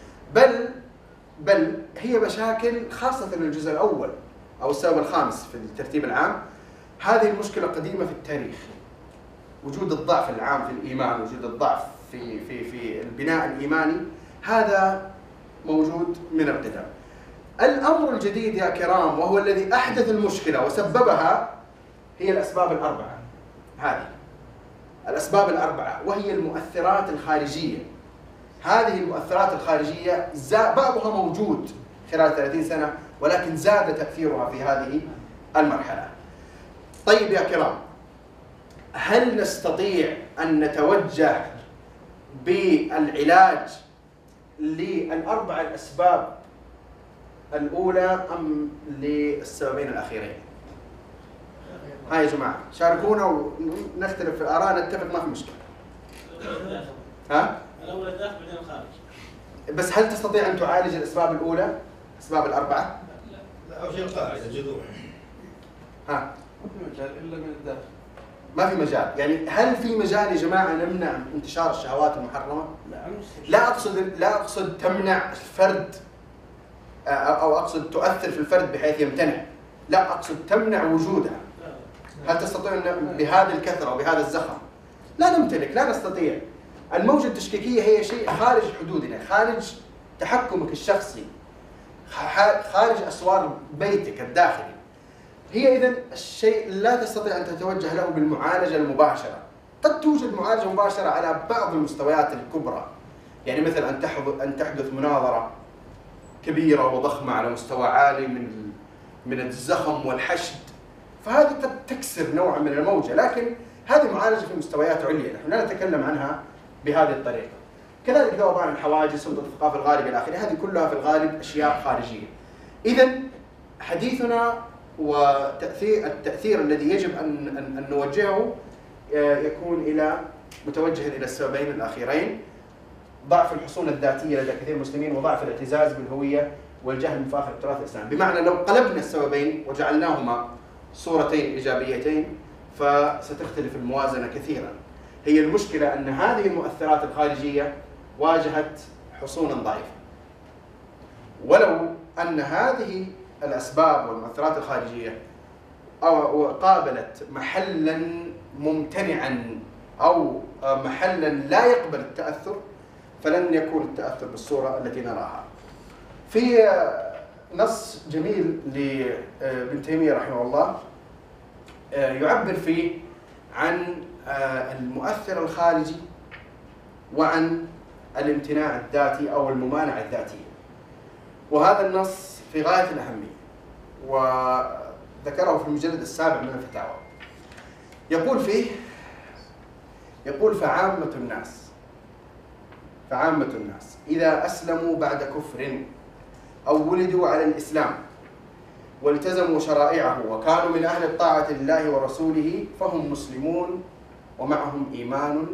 بل هي مشاكل خاصة الجزء الأول أو السبب الخامس في الترتيب العام. هذه المشكلة قديمة في التاريخ. وجود الضعف العام في الإيمان، وجود الضعف في البناء الإيماني، هذا موجود من القدم. الأمر الجديد يا كرام وهو الذي أحدث المشكلة وسببها هي الأسباب الأربعة. هذه الأسباب الأربعة وهي المؤثرات الخارجية. هذه المؤثرات الخارجية بعضها موجود خلال 30 سنة، ولكن زاد تأثيرها في هذه المرحلة. طيب يا كرام، هل نستطيع أن نتوجه بالعلاج للأربع الأسباب الأولى أم للسببين الأخيرين؟ هاي يا جماعة شاركونا ونختلف في الآراء، نتفق ما في مشكلة. ها؟ الأول الداخل بعدين الخارج. بس هل تستطيع أن تعالج الأسباب الأولى؟ الأسباب الأربعة؟ لا، أو شيء القاعدة جذور. ها؟ ما في مجال إلا من الداخل. ما في مجال، يعني هل في مجال يا جماعة نمنع انتشار الشهوات المحرمة؟ لا أقصد تمنع الفرد أو أقصد تؤثر في الفرد بحيث يمتنع، لا أقصد تمنع وجودها. هل تستطيع أن بهذه الكثرة وبهذا الزخم؟ لا نمتلك، لا نستطيع. الموجة التشكيكية هي شيء خارج حدودنا، خارج تحكمك الشخصي، خارج أسوار بيتك الداخلي. هي إذن الشيء لا تستطيع أن تتوجه له بالمعالجة المباشرة. قد توجد معالجة مباشرة على بعض المستويات الكبرى، يعني مثل أن تحدث مناظرة كبيرة وضخمة على مستوى عالي من الزخم والحشد، فهذه قد تكسر نوعا من الموجة، لكن هذه معالجة في مستويات عليا، نحن لا نتكلم عنها بهذه الطريقة. كذلك ذوبان الحواجز، سلطة الثقافة الغالبة إلى آخره، هذه كلها في الغالب أشياء خارجية. إذن حديثنا التأثير الذي يجب أن نوجهه يكون متوجها إلى السببين الأخيرين: ضعف الحصون الذاتية لدى كثير من المسلمين، وضعف الاعتزاز بالهوية والجهل بفاخر التراث الإسلامي. بمعنى لو قلبنا السببين وجعلناهما صورتين إيجابيتين فستختلف الموازنة كثيرا. هي المشكلة أن هذه المؤثرات الخارجية واجهت حصونا ضعيفة، ولو أن هذه الأسباب والمؤثرات الخارجية قابلت محلا ممتنعا أو محلا لا يقبل التأثر، فلن يكون التأثر بالصورة التي نراها. في نص جميل لابن تيمية رحمه الله يعبر فيه عن المؤثر الخارجي وعن الامتناع الذاتي أو الممانعة الذاتية، وهذا النص في غاية الأهمية وذكره في المجلد السابع من الفتاوى. يقول فعامة الناس إذا أسلموا بعد كفر أو ولدوا على الإسلام والتزموا شرائعه وكانوا من أهل الطاعة لله ورسوله فهم مسلمون ومعهم إيمان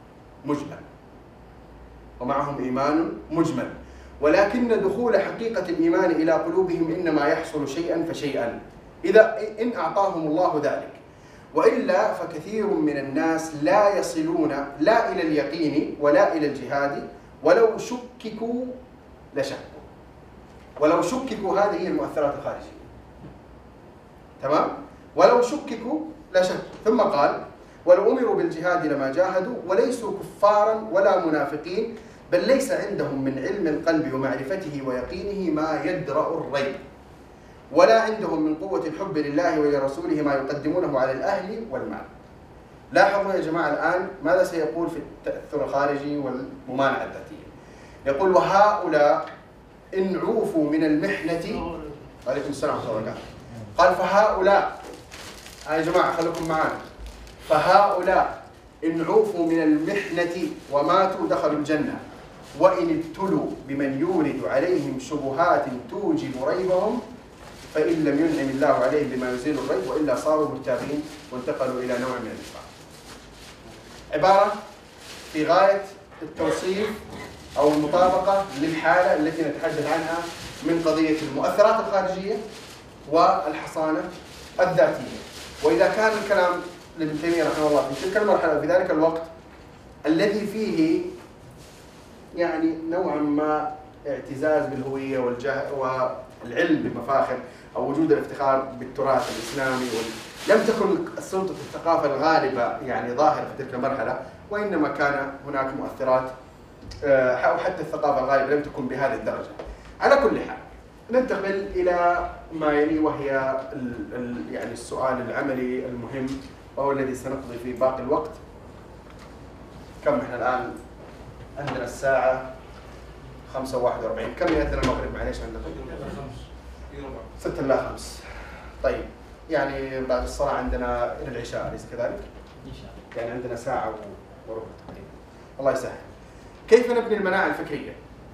مجمل، ولكن دخول حقيقة الإيمان إلى قلوبهم إنما يحصل شيئا فشيئا إن أعطاهم الله ذلك، وإلا فكثير من الناس لا يصلون لا إلى اليقين ولا إلى الجهاد ولو شككوا لشكوا. هذه هي المؤثرات الخارجية، تمام؟ ولو شككوا لشكوا. ثم قال: ولو أمروا بالجهاد لما جاهدوا وليسوا كفارا ولا منافقين، بل ليس عندهم من علم القلب ومعرفته ويقينه ما يدرأ الريب، ولا عندهم من قوة الحب لله ولرسوله ما يقدمونه على الأهل والمال. لاحظوا يا جماعة الآن ماذا سيقول في التأثر الخارجي والممانعة الذاتية. يقول وهؤلاء إن عوفوا من المحنة. عليكم السلام ورحمة الله وبركاته. قال فهؤلاء يا جماعة خليكم معنا. فهؤلاء إن عوفوا من المحنة وماتوا دخلوا الجنة، وإن ابتلوا بمن يورد عليهم شبهات توجب ريبهم فإن لم ينعم الله عليهم بما يزيل الريب وإلا صاروا مرتابين وانتقلوا إلى نوع من النفاق. عبارة في غاية التوصيف أو المطابقة للحالة التي نتحدث عنها من قضية المؤثرات الخارجية والحصانة الذاتية. وإذا كان الكلام لابن تيمية رحمه الله في تلك المرحلة في ذلك الوقت الذي فيه يعني نوعا ما اعتزاز بالهوية والعلم بمفاخر أو وجود الافتخار بالتراث الإسلامي لم تكن السلطة الثقافة الغالبة يعني ظاهرة في تلك المرحلة، وإنما كان هناك مؤثرات أو حتى الثقافة الغالبة لم تكن بهذه الدرجة. على كل حال ننتقل إلى ما يلي وهي يعني السؤال العملي المهم وهو الذي سنقضي فيه باقي الوقت. كم احنا الآن؟ عندنا الساعة 5:41. كم يأذن المغرب معليش عندكم؟ 6 إلا 5. طيب يعني بعد الصلاة عندنا إلى العشاء أليس كذلك؟ إن شاء الله. يعني عندنا ساعة وربع تقريبا. الله يسهل. كيف نبني المناعة الفكرية؟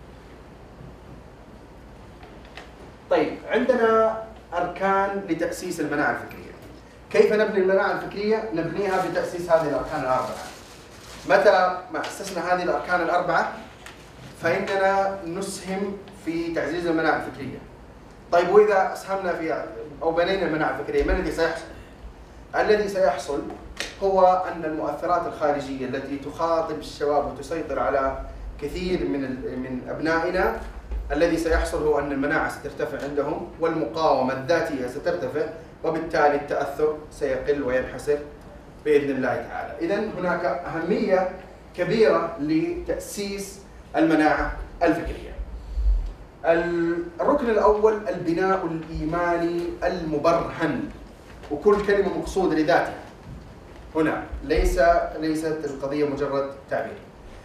طيب عندنا أركان لتأسيس المناعة الفكرية. كيف نبني المناعة الفكرية؟ نبنيها بتأسيس هذه الأركان الأربعة. متى ما أسسنا هذه الأركان الأربعة فإننا نسهم في تعزيز المناعة الفكرية. طيب وإذا أسهمنا في أو بنينا المناعة الفكرية ما الذي سيحصل؟ الذي سيحصل هو أن المؤثرات الخارجية التي تخاطب الشباب وتسيطر على كثير من أبنائنا، الذي سيحصل هو أن المناعة سترتفع عندهم والمقاومة الذاتية سترتفع، وبالتالي التأثر سيقل وينحسر بإذن الله تعالى. إذن هناك أهمية كبيرة لتأسيس المناعة الفكرية. الركن الأول البناء الإيماني المبرهن، وكل كلمة مقصودة لذاتها هنا، ليست القضية مجرد تعبير.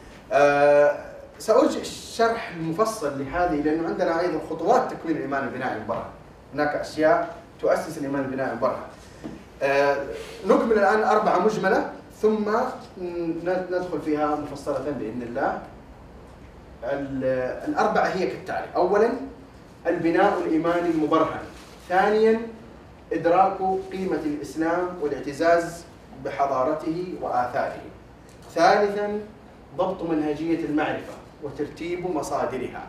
سأرجع الشرح المفصل لهذه لأنه عندنا أيضا خطوات تكوين الإيمان البنائي المبرهن. هناك أشياء تؤسس الإيمان البنائي المبرهن. نكمل الآن 4 مجملة ثم ندخل فيها مفصلة بإذن الله. ال4 هي كالتالي: أولا البناء الإيماني المبرهن، ثانيا إدراك قيمة الإسلام والاعتزاز بحضارته وآثاره، ثالثا ضبط منهجية المعرفة وترتيب مصادرها،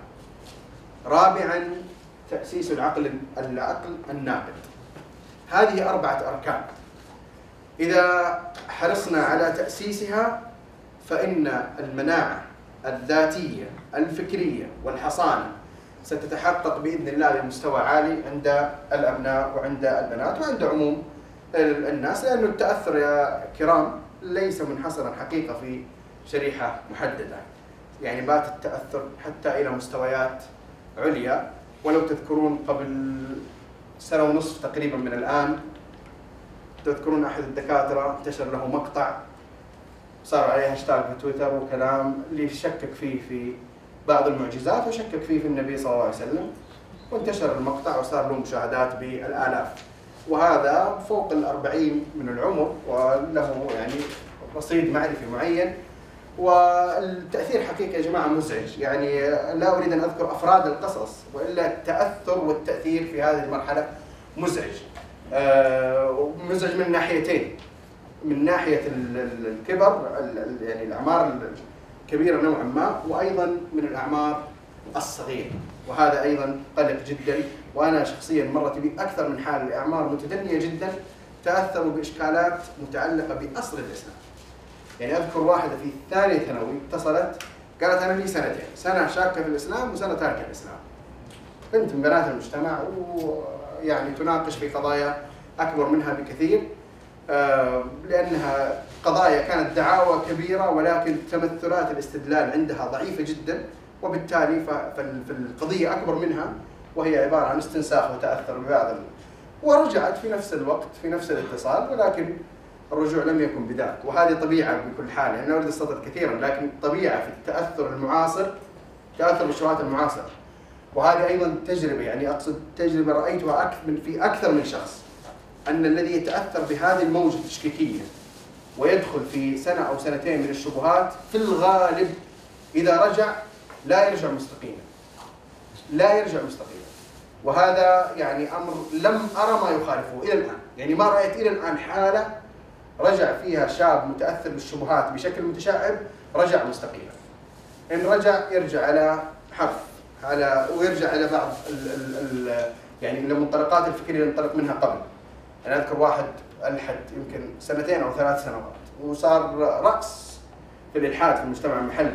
رابعا تأسيس العقل الناقد. هذه 4 أركان. إذا حرصنا على تأسيسها فإن المناعة الذاتية الفكرية والحصانة ستتحقق بإذن الله بمستوى عالي عند الأبناء وعند البنات وعند عموم الناس، لأن التأثر يا كرام ليس منحصرا حقيقة في شريحة محددة، يعني بات التأثر حتى إلى مستويات عليا. ولو تذكرون قبل 1.5 سنة تقريبا من الآن، تذكرون أحد الدكاترة انتشر له مقطع صار عليه هاشتاج في تويتر وكلام اللي شكك فيه في بعض المعجزات وشكك فيه في النبي صلى الله عليه وسلم، وانتشر المقطع وصار له مشاهدات بالآلاف، وهذا فوق 40 من العمر وله يعني رصيد معرفي معين. والتأثير حقيقة يا جماعة مزعج، يعني لا أريد أن أذكر أفراد القصص وإلا التأثر والتأثير في هذه المرحلة مزعج. مزعج من ناحيتين: من ناحية الكبر يعني الأعمار الكبيرة نوعا ما، وأيضا من الأعمار الصغيرة، وهذا أيضا قلق جدا. وأنا شخصيا مرت بي أكثر من حال لأعمار متدنية جدا تأثروا بإشكالات متعلقة بأصل الإسلام. يعني أذكر واحدة في ثانية ثانوي اتصلت قالت أنا لي 2 سنين، سنة شاكة في الإسلام وسنة تاركة الإسلام. بنت من بنات المجتمع ويعني تناقش في قضايا أكبر منها بكثير، لأنها قضايا كانت دعاوى كبيرة ولكن تمثلات الاستدلال عندها ضعيفة جدا، وبالتالي فالقضية أكبر منها وهي عبارة عن استنساخ وتأثر ببعض ورجعت في نفس الوقت في نفس الاتصال، ولكن الرجوع لم يكن بذاك، وهذه طبيعة بكل حال. يعني لا أريد أستطرد كثيرا، لكن طبيعة في التأثر المعاصر، تأثر بالشبهات المعاصرة. وهذه أيضا تجربة، يعني أقصد تجربة رأيتها في أكثر من شخص، أن الذي يتأثر بهذه الموجة التشكيكية ويدخل في سنة أو سنتين من الشبهات في الغالب إذا رجع لا يرجع مستقيما، لا يرجع مستقيما. وهذا يعني أمر لم أرى ما يخالفه إلى الآن، يعني ما رأيت إلى الآن حالة رجع فيها شاب متأثر بالشبهات بشكل متشعب رجع مستقيما. إن رجع يرجع على حرف، ويرجع على بعض يعني المنطلقات الفكرية اللي انطلق منها قبل. أنا أذكر واحد ألحد يمكن 2 أو 3 سنوات، وصار رأس في الإلحاد في المجتمع المحلي.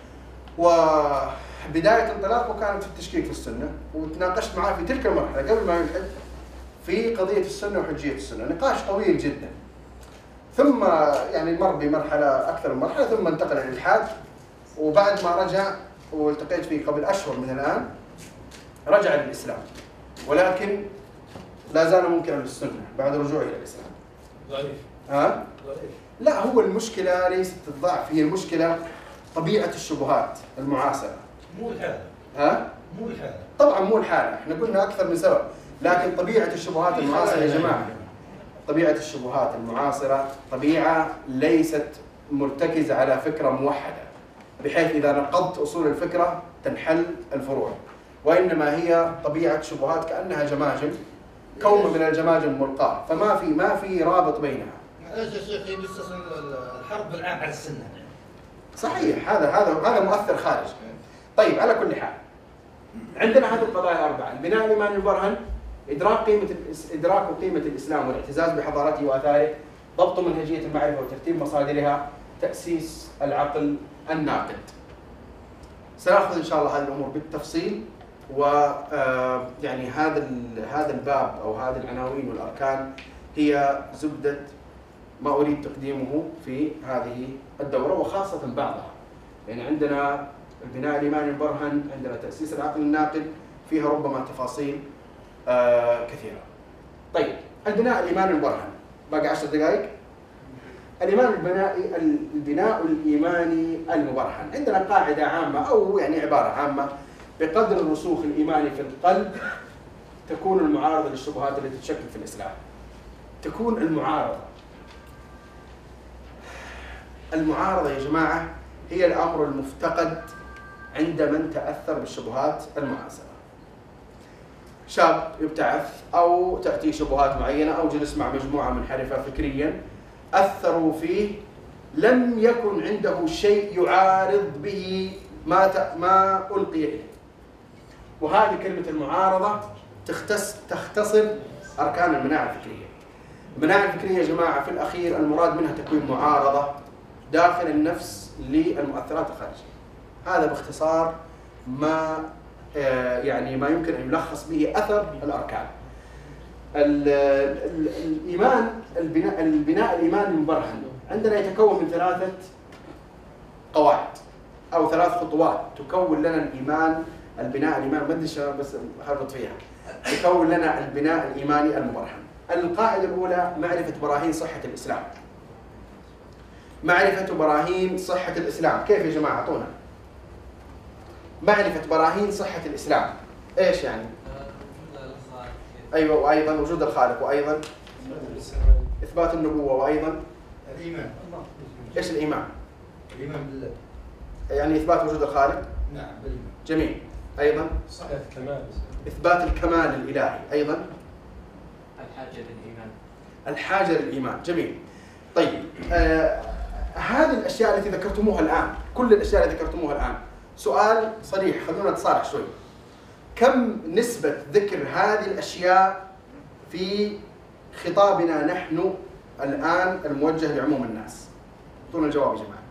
وبداية انطلاقه كانت في التشكيك في السنة، وتناقشت معاه في تلك المرحلة قبل ما يلحد في قضية السنة وحجية السنة، نقاش طويل جدا. ثم يعني مر بمرحلة أكثر من مرحلة، ثم انتقل إلى الإلحاد. وبعد ما رجع والتقيت فيه قبل أشهر من الآن رجع للإسلام، ولكن لا زال منكرا للسنة بعد رجوعه إلى الإسلام. ضعيف. ها؟ لا، هو المشكلة ليست الضعف، هي المشكلة طبيعة الشبهات المعاصرة. مو الحالة. ها؟ مو الحالة. طبعا مو الحالة، احنا قلنا أكثر من سبب، لكن طبيعة الشبهات المعاصرة يا جماعة، طبيعة الشبهات المعاصرة طبيعة ليست مرتكزة على فكرة موحدة، بحيث إذا نقضت أصول الفكرة تنحل الفروع، وإنما هي طبيعة شبهات كأنها جماجم، كوم من الجماجم ملقاة، فما في رابط بينها. معلش يا شيخ، يستصن الحرب العام على السنة. صحيح، هذا مؤثر خارجي. طيب، على كل حال عندنا هذه القضايا الأربعة: البناء الإيماني المبرهن، إدراك قيمة الإسلام والاعتزاز بحضارته وآثاره، ضبط منهجية المعرفة وترتيب مصادرها، تأسيس العقل الناقد. سنأخذ إن شاء الله هذه الأمور بالتفصيل، ويعني هذا الباب أو هذه العناوين والأركان هي زبدة ما أريد تقديمه في هذه الدورة، وخاصة بعضها. يعني عندنا البناء الإيماني المبرهن، عندنا تأسيس العقل الناقد، فيها ربما تفاصيل كثيرة. طيب، البناء الإيماني المبرهن، باقي 10 دقائق. البناء الإيماني المبرهن، عندنا قاعدة عامة أو يعني عبارة عامة: بقدر الرسوخ الإيماني في القلب تكون المعارضة للشبهات التي تشكك في الإسلام. تكون المعارضة يا جماعة هي الأمر المفتقد عند من تأثر بالشبهات المعاصرة. شاب يبتعث أو تأتي شبهات معينة أو جلس مع مجموعة منحرفة فكريا أثروا فيه، لم يكن عنده شيء يعارض به ما ألقي إليه. وهذه كلمة المعارضة تختصر أركان المناعة الفكرية. المناعة الفكرية يا جماعة في الأخير المراد منها تكوين معارضة داخل النفس للمؤثرات الخارجية. هذا باختصار ما يمكن أن يلخص به أثر الأركان. البناء الإيماني المبرهن عندنا يتكون من 3 قواعد أو 3 خطوات تكون لنا البناء الإيماني، ما أدري بس هربط فيها، يكون لنا البناء الإيماني المبرهن. القاعدة الأولى: معرفة براهين صحة الإسلام. معرفة براهين صحة الإسلام، كيف يا جماعة؟ أعطونا معرفة براهين صحة الإسلام. إيش يعني؟ أيوة، وأيضا وجود الخالق، وأيضا إثبات النبوة، وأيضا الإيمان. إيش الإيمان؟ الإيمان بالله، يعني إثبات وجود الخالق. نعم بالإيمان. جميل. أيضا إثبات الكمال الإلهي، أيضا الحاجة للإيمان. جميل. طيب، هذه الأشياء التي ذكرتموها الآن، كل الأشياء التي ذكرتموها الآن، سؤال صريح، خلونا نتصارح شوي. كم نسبة ذكر هذه الأشياء في خطابنا نحن الآن الموجه لعموم الناس؟ اعطونا الجواب يا جماعة.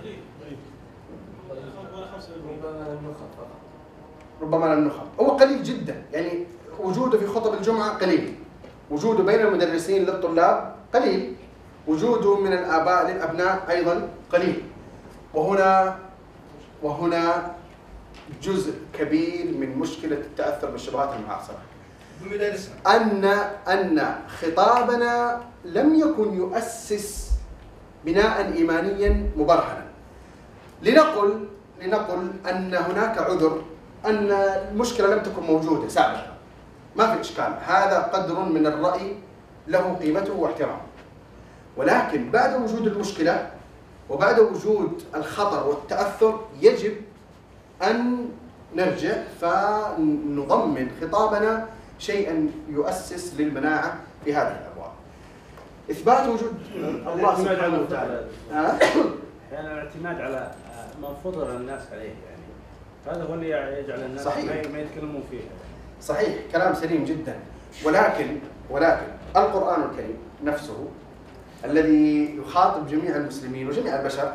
ربما لا النخب، هو قليل جدا. يعني وجوده في خطب الجمعة قليل، وجوده بين المدرسين للطلاب قليل، وجوده من الآباء للأبناء أيضا قليل. وهنا جزء كبير من مشكلة التأثر بالشبهات المعاصرة. بمدارسنا أن خطابنا لم يكن يؤسس بناء إيمانيا مبرهنا. لنقل أن هناك عذر، أن المشكلة لم تكن موجودة سابقا، ما في إشكال، هذا قدر من الرأي له قيمته واحترامه. ولكن بعد وجود المشكلة وبعد وجود الخطر والتأثر يجب أن نرجع فنضمن خطابنا شيئا يؤسس للمناعة في هذه الأبواب. إثبات وجود الله سبحانه وتعالى. أحيانا الاعتماد على ما فضل الناس عليه، يعني هذا هو اللي يجعل الناس ما يتكلمون فيه. صحيح، كلام سليم جدا. ولكن القرآن الكريم نفسه الذي يخاطب جميع المسلمين وجميع البشر،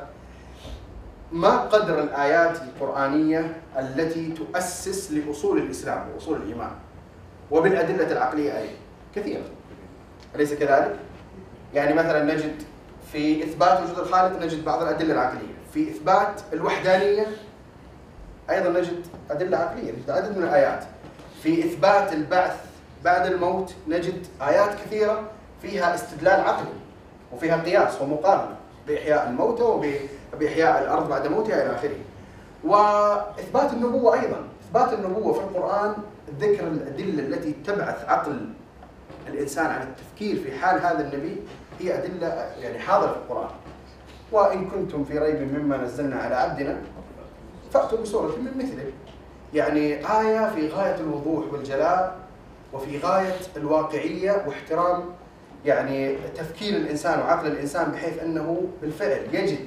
ما قدر الآيات القرآنية التي تؤسس لأصول الإسلام وأصول الإيمان وبالأدلة العقلية أيضا كثيرة، أليس كذلك؟ يعني مثلا نجد في إثبات وجود الخالق نجد بعض الأدلة العقلية، في إثبات الوحدانية أيضا نجد أدلة عقلية، نجد عدد من الآيات، في إثبات البعث بعد الموت نجد آيات كثيرة فيها استدلال عقلي وفيها قياس ومقارنة بإحياء الموتى وبإحياء الأرض بعد موتها إلى آخره. وإثبات النبوة أيضا، إثبات النبوة في القرآن، ذكر الأدلة التي تبعث عقل الإنسان على التفكير في حال هذا النبي هي أدلة يعني حاضرة في القرآن. وإن كنتم في ريب مما نزلنا على عبدنا فأتوا بسورة من مثله. يعني آية في غاية الوضوح والجلاء وفي غاية الواقعية واحترام يعني تفكير الإنسان وعقل الإنسان، بحيث أنه بالفعل يجد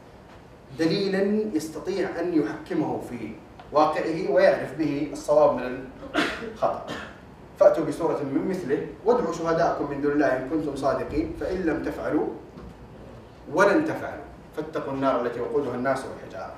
دليلا يستطيع أن يحكمه في واقعه ويعرف به الصواب من الخطأ. فأتوا بسورة من مثله وادعوا شهداءكم من دون الله إن كنتم صادقين فإن لم تفعلوا ولن تفعلوا فاتقوا النار التي وقودها الناس والحجارة.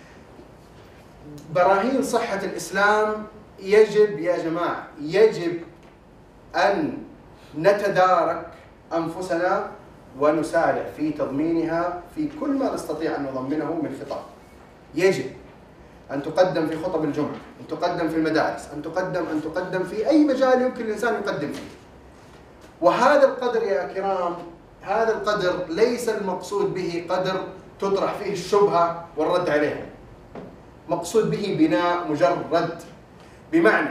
براهين صحة الإسلام يجب يا جماعة، يجب أن نتدارك أنفسنا ونسارع في تضمينها في كل ما نستطيع أن نضمنه من خطاب. يجب أن تقدم في خطب الجمعة، أن تقدم في المدارس، أن تقدم في أي مجال يمكن الإنسان يقدم فيه. وهذا القدر يا كرام، هذا القدر ليس المقصود به قدر تطرح فيه الشبهة والرد عليها، مقصود به بناء مجرد، بمعنى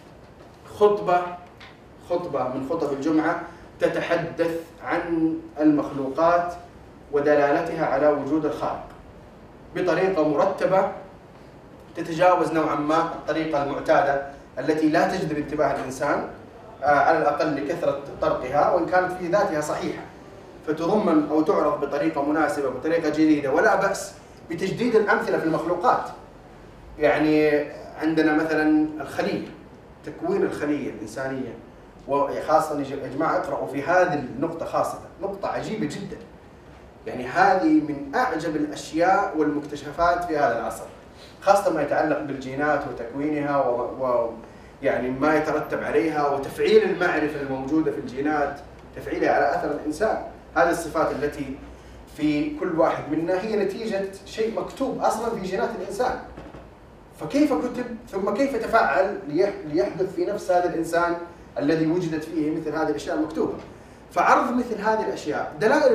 خطبة من خطب الجمعة تتحدث عن المخلوقات ودلالتها على وجود الخالق بطريقة مرتبة تتجاوز نوعا ما الطريقة المعتادة التي لا تجذب انتباه الإنسان على الأقل لكثرة طرقها، وإن كانت في ذاتها صحيحة، فتضمن أو تعرض بطريقة مناسبة بطريقة جديدة. ولا بأس بتجديد الأمثلة في المخلوقات. يعني عندنا مثلا الخلية، تكوين الخلية الإنسانية، وخاصة يا جماعة اقرأوا في هذه النقطة خاصة، نقطة عجيبة جدا. يعني هذه من أعجب الأشياء والمكتشفات في هذا العصر، خاصة ما يتعلق بالجينات وتكوينها يعني ما يترتب عليها وتفعيل المعرفة الموجودة في الجينات، تفعيلها على أثر الإنسان. هذه الصفات التي في كل واحد منا هي نتيجة شيء مكتوب أصلا في جينات الإنسان. فكيف كتب ثم كيف تفعل ليحدث في نفس هذا الإنسان الذي وجدت فيه مثل هذه الأشياء المكتوبة. فعرض مثل هذه الأشياء، دلائل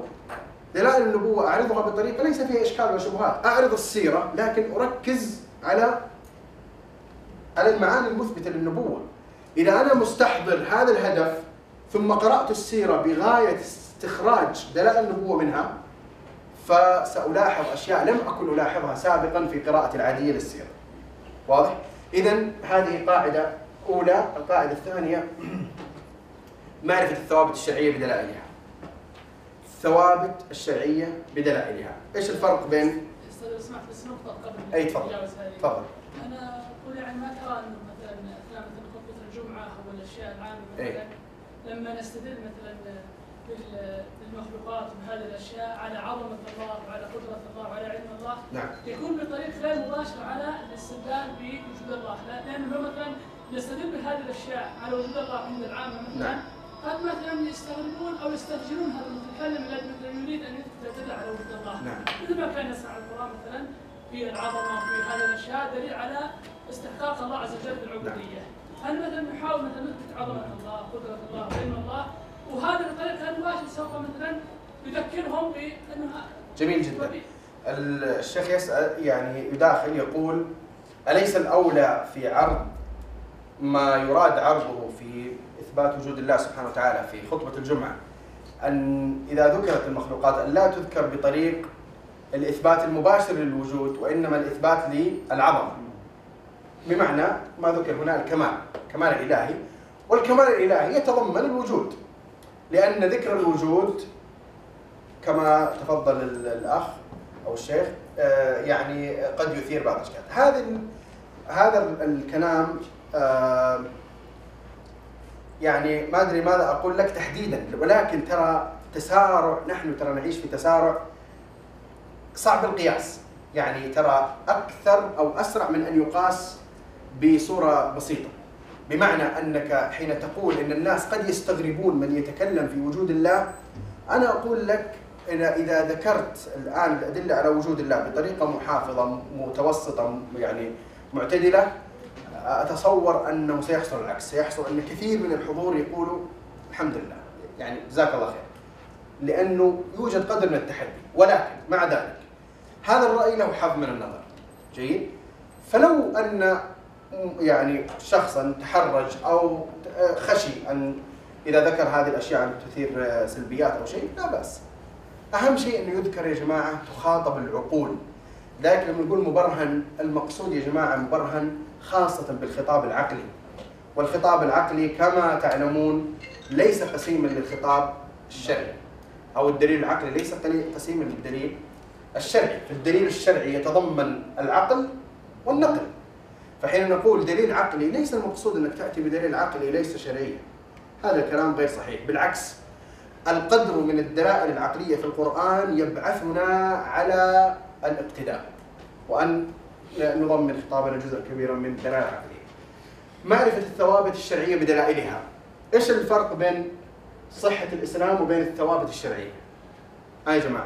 النبوة أعرضها بطريقة ليس فيها إشكال ولا شبهات. أعرض السيرة لكن أركز على المعاني المثبتة للنبوة. إذا أنا مستحضر هذا الهدف ثم قرأت السيرة بغاية استخراج دلائل النبوة منها، فسألاحظ أشياء لم أكن ألاحظها سابقا في قراءة العادية للسيرة. واضح؟ إذن هذه قاعدة أولى. القاعدة الثانية معرفة الثوابت الشرعية بدلائلها. الثوابت الشرعية بدلائلها. إيش الفرق بين؟ استاذ سمعت بس نقطة قبل. أي تفضل. تفضل. أنا أقول يعني ما ترى إنه مثلا أفلام مثل خطبة الجمعة أو الأشياء العامة مثلا لما نستدل مثلا بالمخلوقات وبهذه الأشياء على عظمة الله وعلى قدرة الله وعلى علم الله، نعم، يكون بطريق غير مباشر على الاستدلال بوجود الله، لأنه مثلا نستدل بهذه الأشياء على وجود الله عند العامة مثلا، نعم، قد مثلا يستغربون أو يسترجلون هذا المتكلم الذي مثلا يريد أن يدل على وجود الله، نعم، مثل ما كان يصنع القرآن مثلا في العظمة وفي هذه الأشياء دليل على استحقاق الله عز وجل بالعبودية. هل مثلا نحاول مثلا نثبت عظمه الله، قدره الله، علم الله، وهذا بطريقه مباشره سوف مثلا يذكرهم بانه جميل جدا. الشيخ يسأل يعني يداخل يقول: أليس الأولى في عرض ما يراد عرضه في إثبات وجود الله سبحانه وتعالى في خطبة الجمعة أن إذا ذكرت المخلوقات أن لا تذكر بطريق الإثبات المباشر للوجود، وإنما الإثبات للعظمة، بمعنى ما ذكر هنا الكمال، كمال الإلهي، والكمال الإلهي يتضمن الوجود، لأن ذكر الوجود كما تفضل الأخ أو الشيخ يعني قد يثير بعض الأشكال. هذا الكلام يعني ما أدري ماذا أقول لك تحديدا، ولكن ترى تسارع، نحن ترى نعيش في تسارع صعب القياس، يعني ترى أكثر أو أسرع من أن يقاس بصورة بسيطة، بمعنى أنك حين تقول إن الناس قد يستغربون من يتكلم في وجود الله، أنا أقول لك إذا ذكرت الآن الأدلة على وجود الله بطريقة محافظة متوسطة يعني معتدلة، أتصور أنه سيحصل العكس، سيحصل أن كثير من الحضور يقولوا الحمد لله، يعني جزاك الله خير، لأنه يوجد قدر من التحدي. ولكن مع ذلك هذا الرأي له حظ من النظر، جيد؟ فلو أن يعني شخصا تحرج أو خشي أن إذا ذكر هذه الأشياء أن تثير سلبيات أو شيء، لا بأس. أهم شيء أنه يذكر يا جماعة تخاطب العقول. لذلك لما نقول مبرهن، المقصود يا جماعة مبرهن خاصة بالخطاب العقلي، والخطاب العقلي كما تعلمون ليس قسيما للخطاب الشرعي، أو الدليل العقلي ليس قسيما للدليل الشرعي، فالدليل الشرعي يتضمن العقل والنقل. فحين نقول دليل عقلي ليس المقصود أنك تأتي بدليل عقلي ليس شرعيا، هذا الكلام غير صحيح، بالعكس القدر من الدلائل العقلية في القرآن يبعثنا على الاقتداء، وأن نضمن خطابنا جزء كبير من الدلائل العقلية. معرفة الثوابت الشرعية بدلائلها. إيش الفرق بين صحة الإسلام وبين الثوابت الشرعية؟ يا جماعة،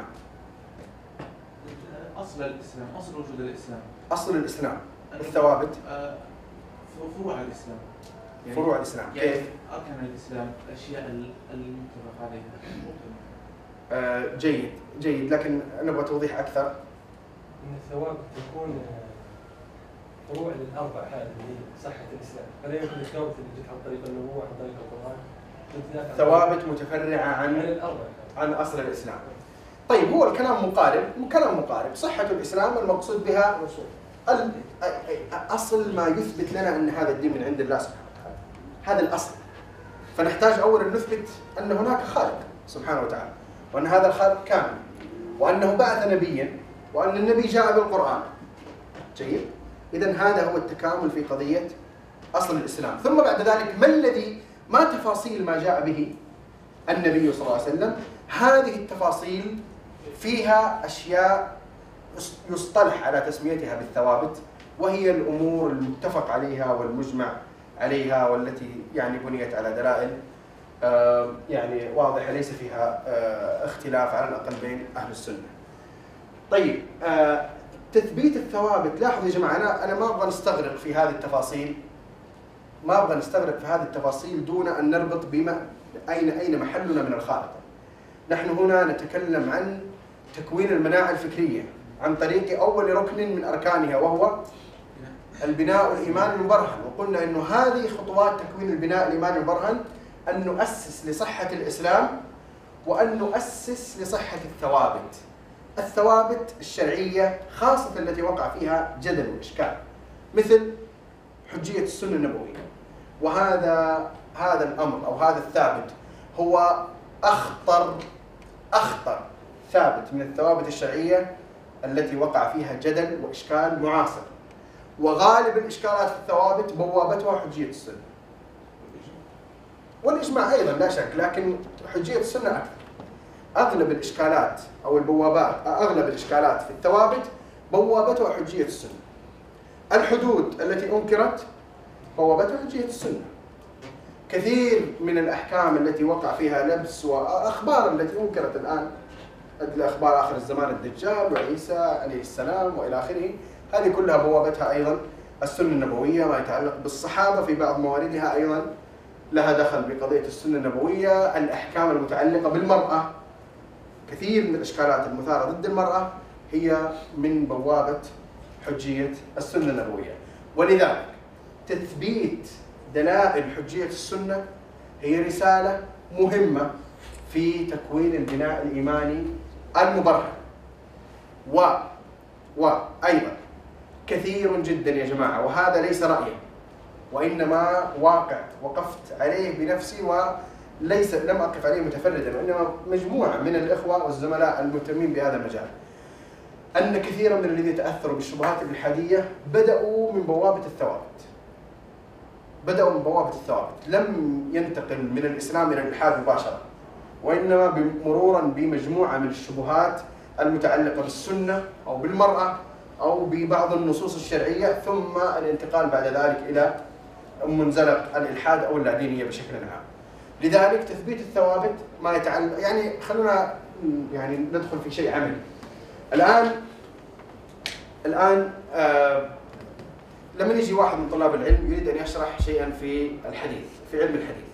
أصل الإسلام، أصل وجود الإسلام، أصل الإسلام الثوابت، فروع الإسلام، يعني فروع الإسلام، يعني كيف؟ أركان الإسلام، الأشياء المتفق عليها. جيد جيد، لكن نبغى توضيح أكثر. إن الثوابت تكون فروع للأربع، هذه صحة الإسلام، فلا يمكن الثوابت اللي جت عن طريق النبوة عن طريق القرآن ثوابت متفرعة عن أصل الإسلام. طيب، هو الكلام مقارب، كلام مقارب. صحة الإسلام المقصود بها أصل ما يثبت لنا أن هذا الدين من عند الله سبحانه وتعالى، هذا الأصل. فنحتاج أولا نثبت أن هناك خالق سبحانه وتعالى، وأن هذا الخالق كامل، وأنه بعث نبيا، وأن النبي جاء بالقرآن. جيد؟ إذن هذا هو التكامل في قضية أصل الإسلام. ثم بعد ذلك ما تفاصيل ما جاء به النبي صلى الله عليه وسلم. هذه التفاصيل فيها أشياء يصطلح على تسميتها بالثوابت، وهي الأمور المتفق عليها والمجمع عليها، والتي يعني بنيت على دلائل يعني واضحة ليس فيها اختلاف على الأقل بين أهل السنة. طيب، تثبيت الثوابت، لاحظوا يا جماعة، أنا ما أبغى نستغرق في هذه التفاصيل، ما أبغى نستغرق في هذه التفاصيل دون أن نربط بما أين محلنا من الخارطة. نحن هنا نتكلم عن تكوين المناعة الفكرية عن طريق أول ركن من أركانها، وهو البناء الإيمان المبرهن. وقلنا أنه هذه خطوات تكوين البناء الإيمان المبرهن، أن نؤسس لصحة الإسلام، وأن نؤسس لصحة الثوابت. الثوابت الشرعية خاصة التي وقع فيها جدل وإشكال، مثل حجية السنة النبوية. وهذا الأمر أو هذا الثابت هو أخطر ثابت من الثوابت الشرعية التي وقع فيها جدل وإشكال معاصر. وغالب الإشكالات في الثوابت بوابتها حجية السنة والإجماع أيضا لا شك، لكن حجية السنة أكثر. أغلب الإشكالات أو البوابات، أغلب الإشكالات في الثوابت بوابتها حجية السنة. الحدود التي أنكرت بوابتها حجية السنة. كثير من الأحكام التي وقع فيها لبس، وأخبار التي أنكرت الآن، الأخبار آخر الزمان، الدجال وعيسى عليه السلام وإلى آخره، هذه كلها بوابتها أيضا السنة النبوية، ما يتعلق بالصحابة في بعض مواردها أيضا لها دخل بقضية السنة النبوية، الأحكام المتعلقة بالمرأة، كثير من الإشكالات المثارة ضد المرأة هي من بوابة حجية السنة النبوية. ولذلك تثبيت دلائل حجية السنة هي رسالة مهمة في تكوين البناء الإيماني المبرهن. وأيضا كثير جدا يا جماعة، وهذا ليس رأيي وإنما واقع وقفت عليه بنفسي لم أقف عليه متفردا، وإنما مجموعة من الإخوة والزملاء المهتمين بهذا المجال، أن كثيرا من الذين تأثروا بالشبهات الإلحادية بدأوا من بوابة الثوابت، لم ينتقل من الإسلام إلى الإلحاد مباشرة، وإنما مرورا بمجموعة من الشبهات المتعلقة بالسنة أو بالمرأة أو ببعض النصوص الشرعية، ثم الانتقال بعد ذلك إلى منزلق الإلحاد أو اللادينية بشكل عام. لذلك تثبيت الثوابت ما يتعلق، يعني خلونا يعني ندخل في شيء عملي. الآن لما يجي واحد من طلاب العلم يريد أن يشرح شيئا في الحديث، في علم الحديث،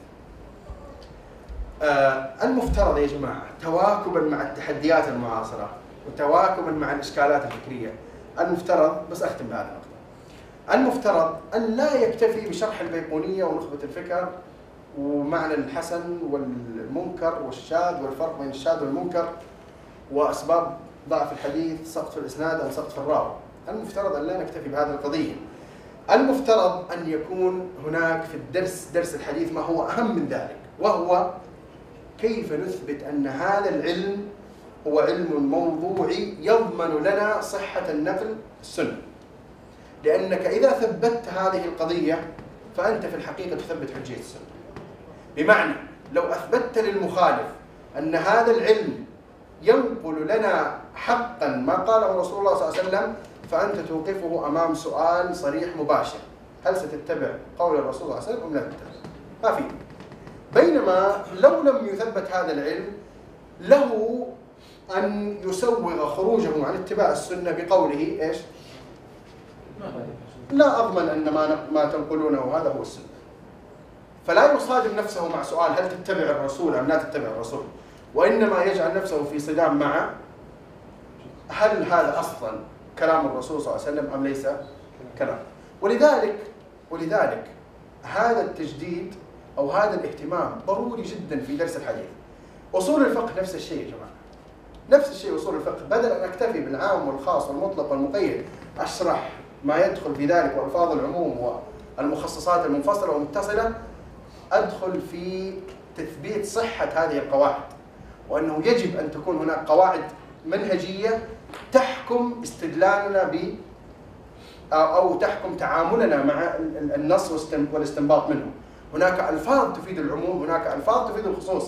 المفترض يا جماعة تواكبا مع التحديات المعاصرة وتواكبا مع الإشكالات الفكرية، المفترض، بس أختم بهذه النقطة، المفترض أن لا يكتفي بشرح البيقونية ونخبة الفكر ومعنى الحسن والمنكر والشاذ والفرق بين الشاذ والمنكر وأسباب ضعف الحديث، سقط في الإسناد أو سقط في الراوي. المفترض أن لا نكتفي بهذه القضية، المفترض أن يكون هناك في درس الحديث ما هو أهم من ذلك، وهو كيف نثبت أن هذا العلم هو علم موضوعي يضمن لنا صحة النقل السنة. لأنك إذا ثبتت هذه القضية فأنت في الحقيقة تثبت حجية السنة. بمعنى لو أثبتت للمخالف أن هذا العلم ينقل لنا حقا ما قاله رسول الله صلى الله عليه وسلم، فأنت توقفه أمام سؤال صريح مباشر: هل ستتبع قول الرسول صلى الله عليه وسلم أم لا تتبع؟ ما في. بينما لو لم يثبت هذا العلم له أن يسوغ خروجه عن اتباع السنة بقوله إيش؟ لا أضمن أن ما تنقلونه هذا هو السنة. فلا يصادم نفسه مع سؤال هل تتبع الرسول أم لا تتبع الرسول، وإنما يجعل نفسه في صدام مع هل هذا أصلا كلام الرسول صلى الله عليه وسلم أم ليس كلام. ولذلك هذا التجديد أو هذا الاهتمام ضروري جدا في درس الحديث. أصول الفقه نفس الشيء يا جماعة، نفس الشيء. أصول الفقه بدل أن أكتفي بالعام والخاص والمطلق والمقيد أشرح ما يدخل في ذلك وألفاظ العموم والمخصصات المنفصلة والمتصلة، أدخل في تثبيت صحة هذه القواعد، وأنه يجب أن تكون هناك قواعد منهجية تحكم استدلالنا أو تحكم تعاملنا مع النص والاستنباط منه. هناك ألفاظ تفيد العموم، هناك ألفاظ تفيد الخصوص.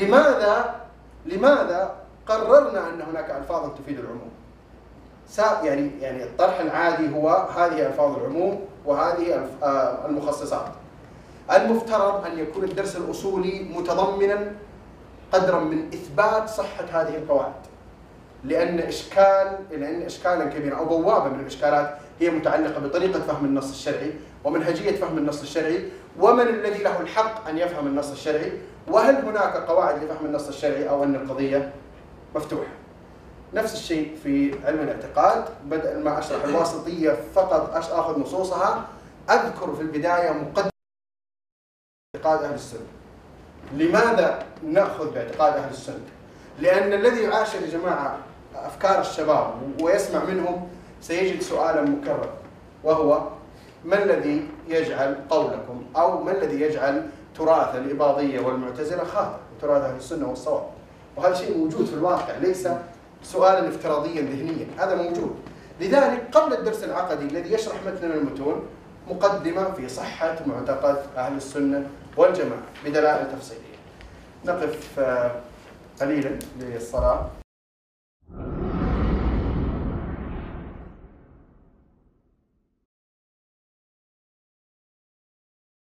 لماذا قررنا أن هناك ألفاظ تفيد العموم؟ يعني الطرح العادي هو هذه ألفاظ العموم وهذه المخصصات. المفترض أن يكون الدرس الأصولي متضمنا قدرا من إثبات صحة هذه القواعد، لأن إشكالا كبيرا أو بوابة من الإشكالات هي متعلقة بطريقة فهم النص الشرعي ومنهجية فهم النص الشرعي، ومن الذي له الحق أن يفهم النص الشرعي، وهل هناك قواعد لفهم النص الشرعي أو أن القضية مفتوحة. نفس الشيء في علم الاعتقاد، بدل ما أشرح الواسطية فقط أخذ نصوصها، أذكر في البداية مقدمة اعتقاد أهل السنة. لماذا نأخذ باعتقاد أهل السنة؟ لأن الذي يعاشر يا جماعة أفكار الشباب ويسمع منهم سيجد سؤالا مكرر، وهو ما الذي يجعل قولكم أو ما الذي يجعل تراث الإباضية والمعتزلة خاطئ وتراث أهل السنة والصواب؟ وهذا شيء موجود في الواقع، ليس سؤالا افتراضيا ذهنيا، هذا موجود. لذلك قبل الدرس العقدي الذي يشرح متن المتون مقدمة في صحة معتقد أهل السنة والجماعة بدلائل تفصيلية. نقف قليلا للصلاة.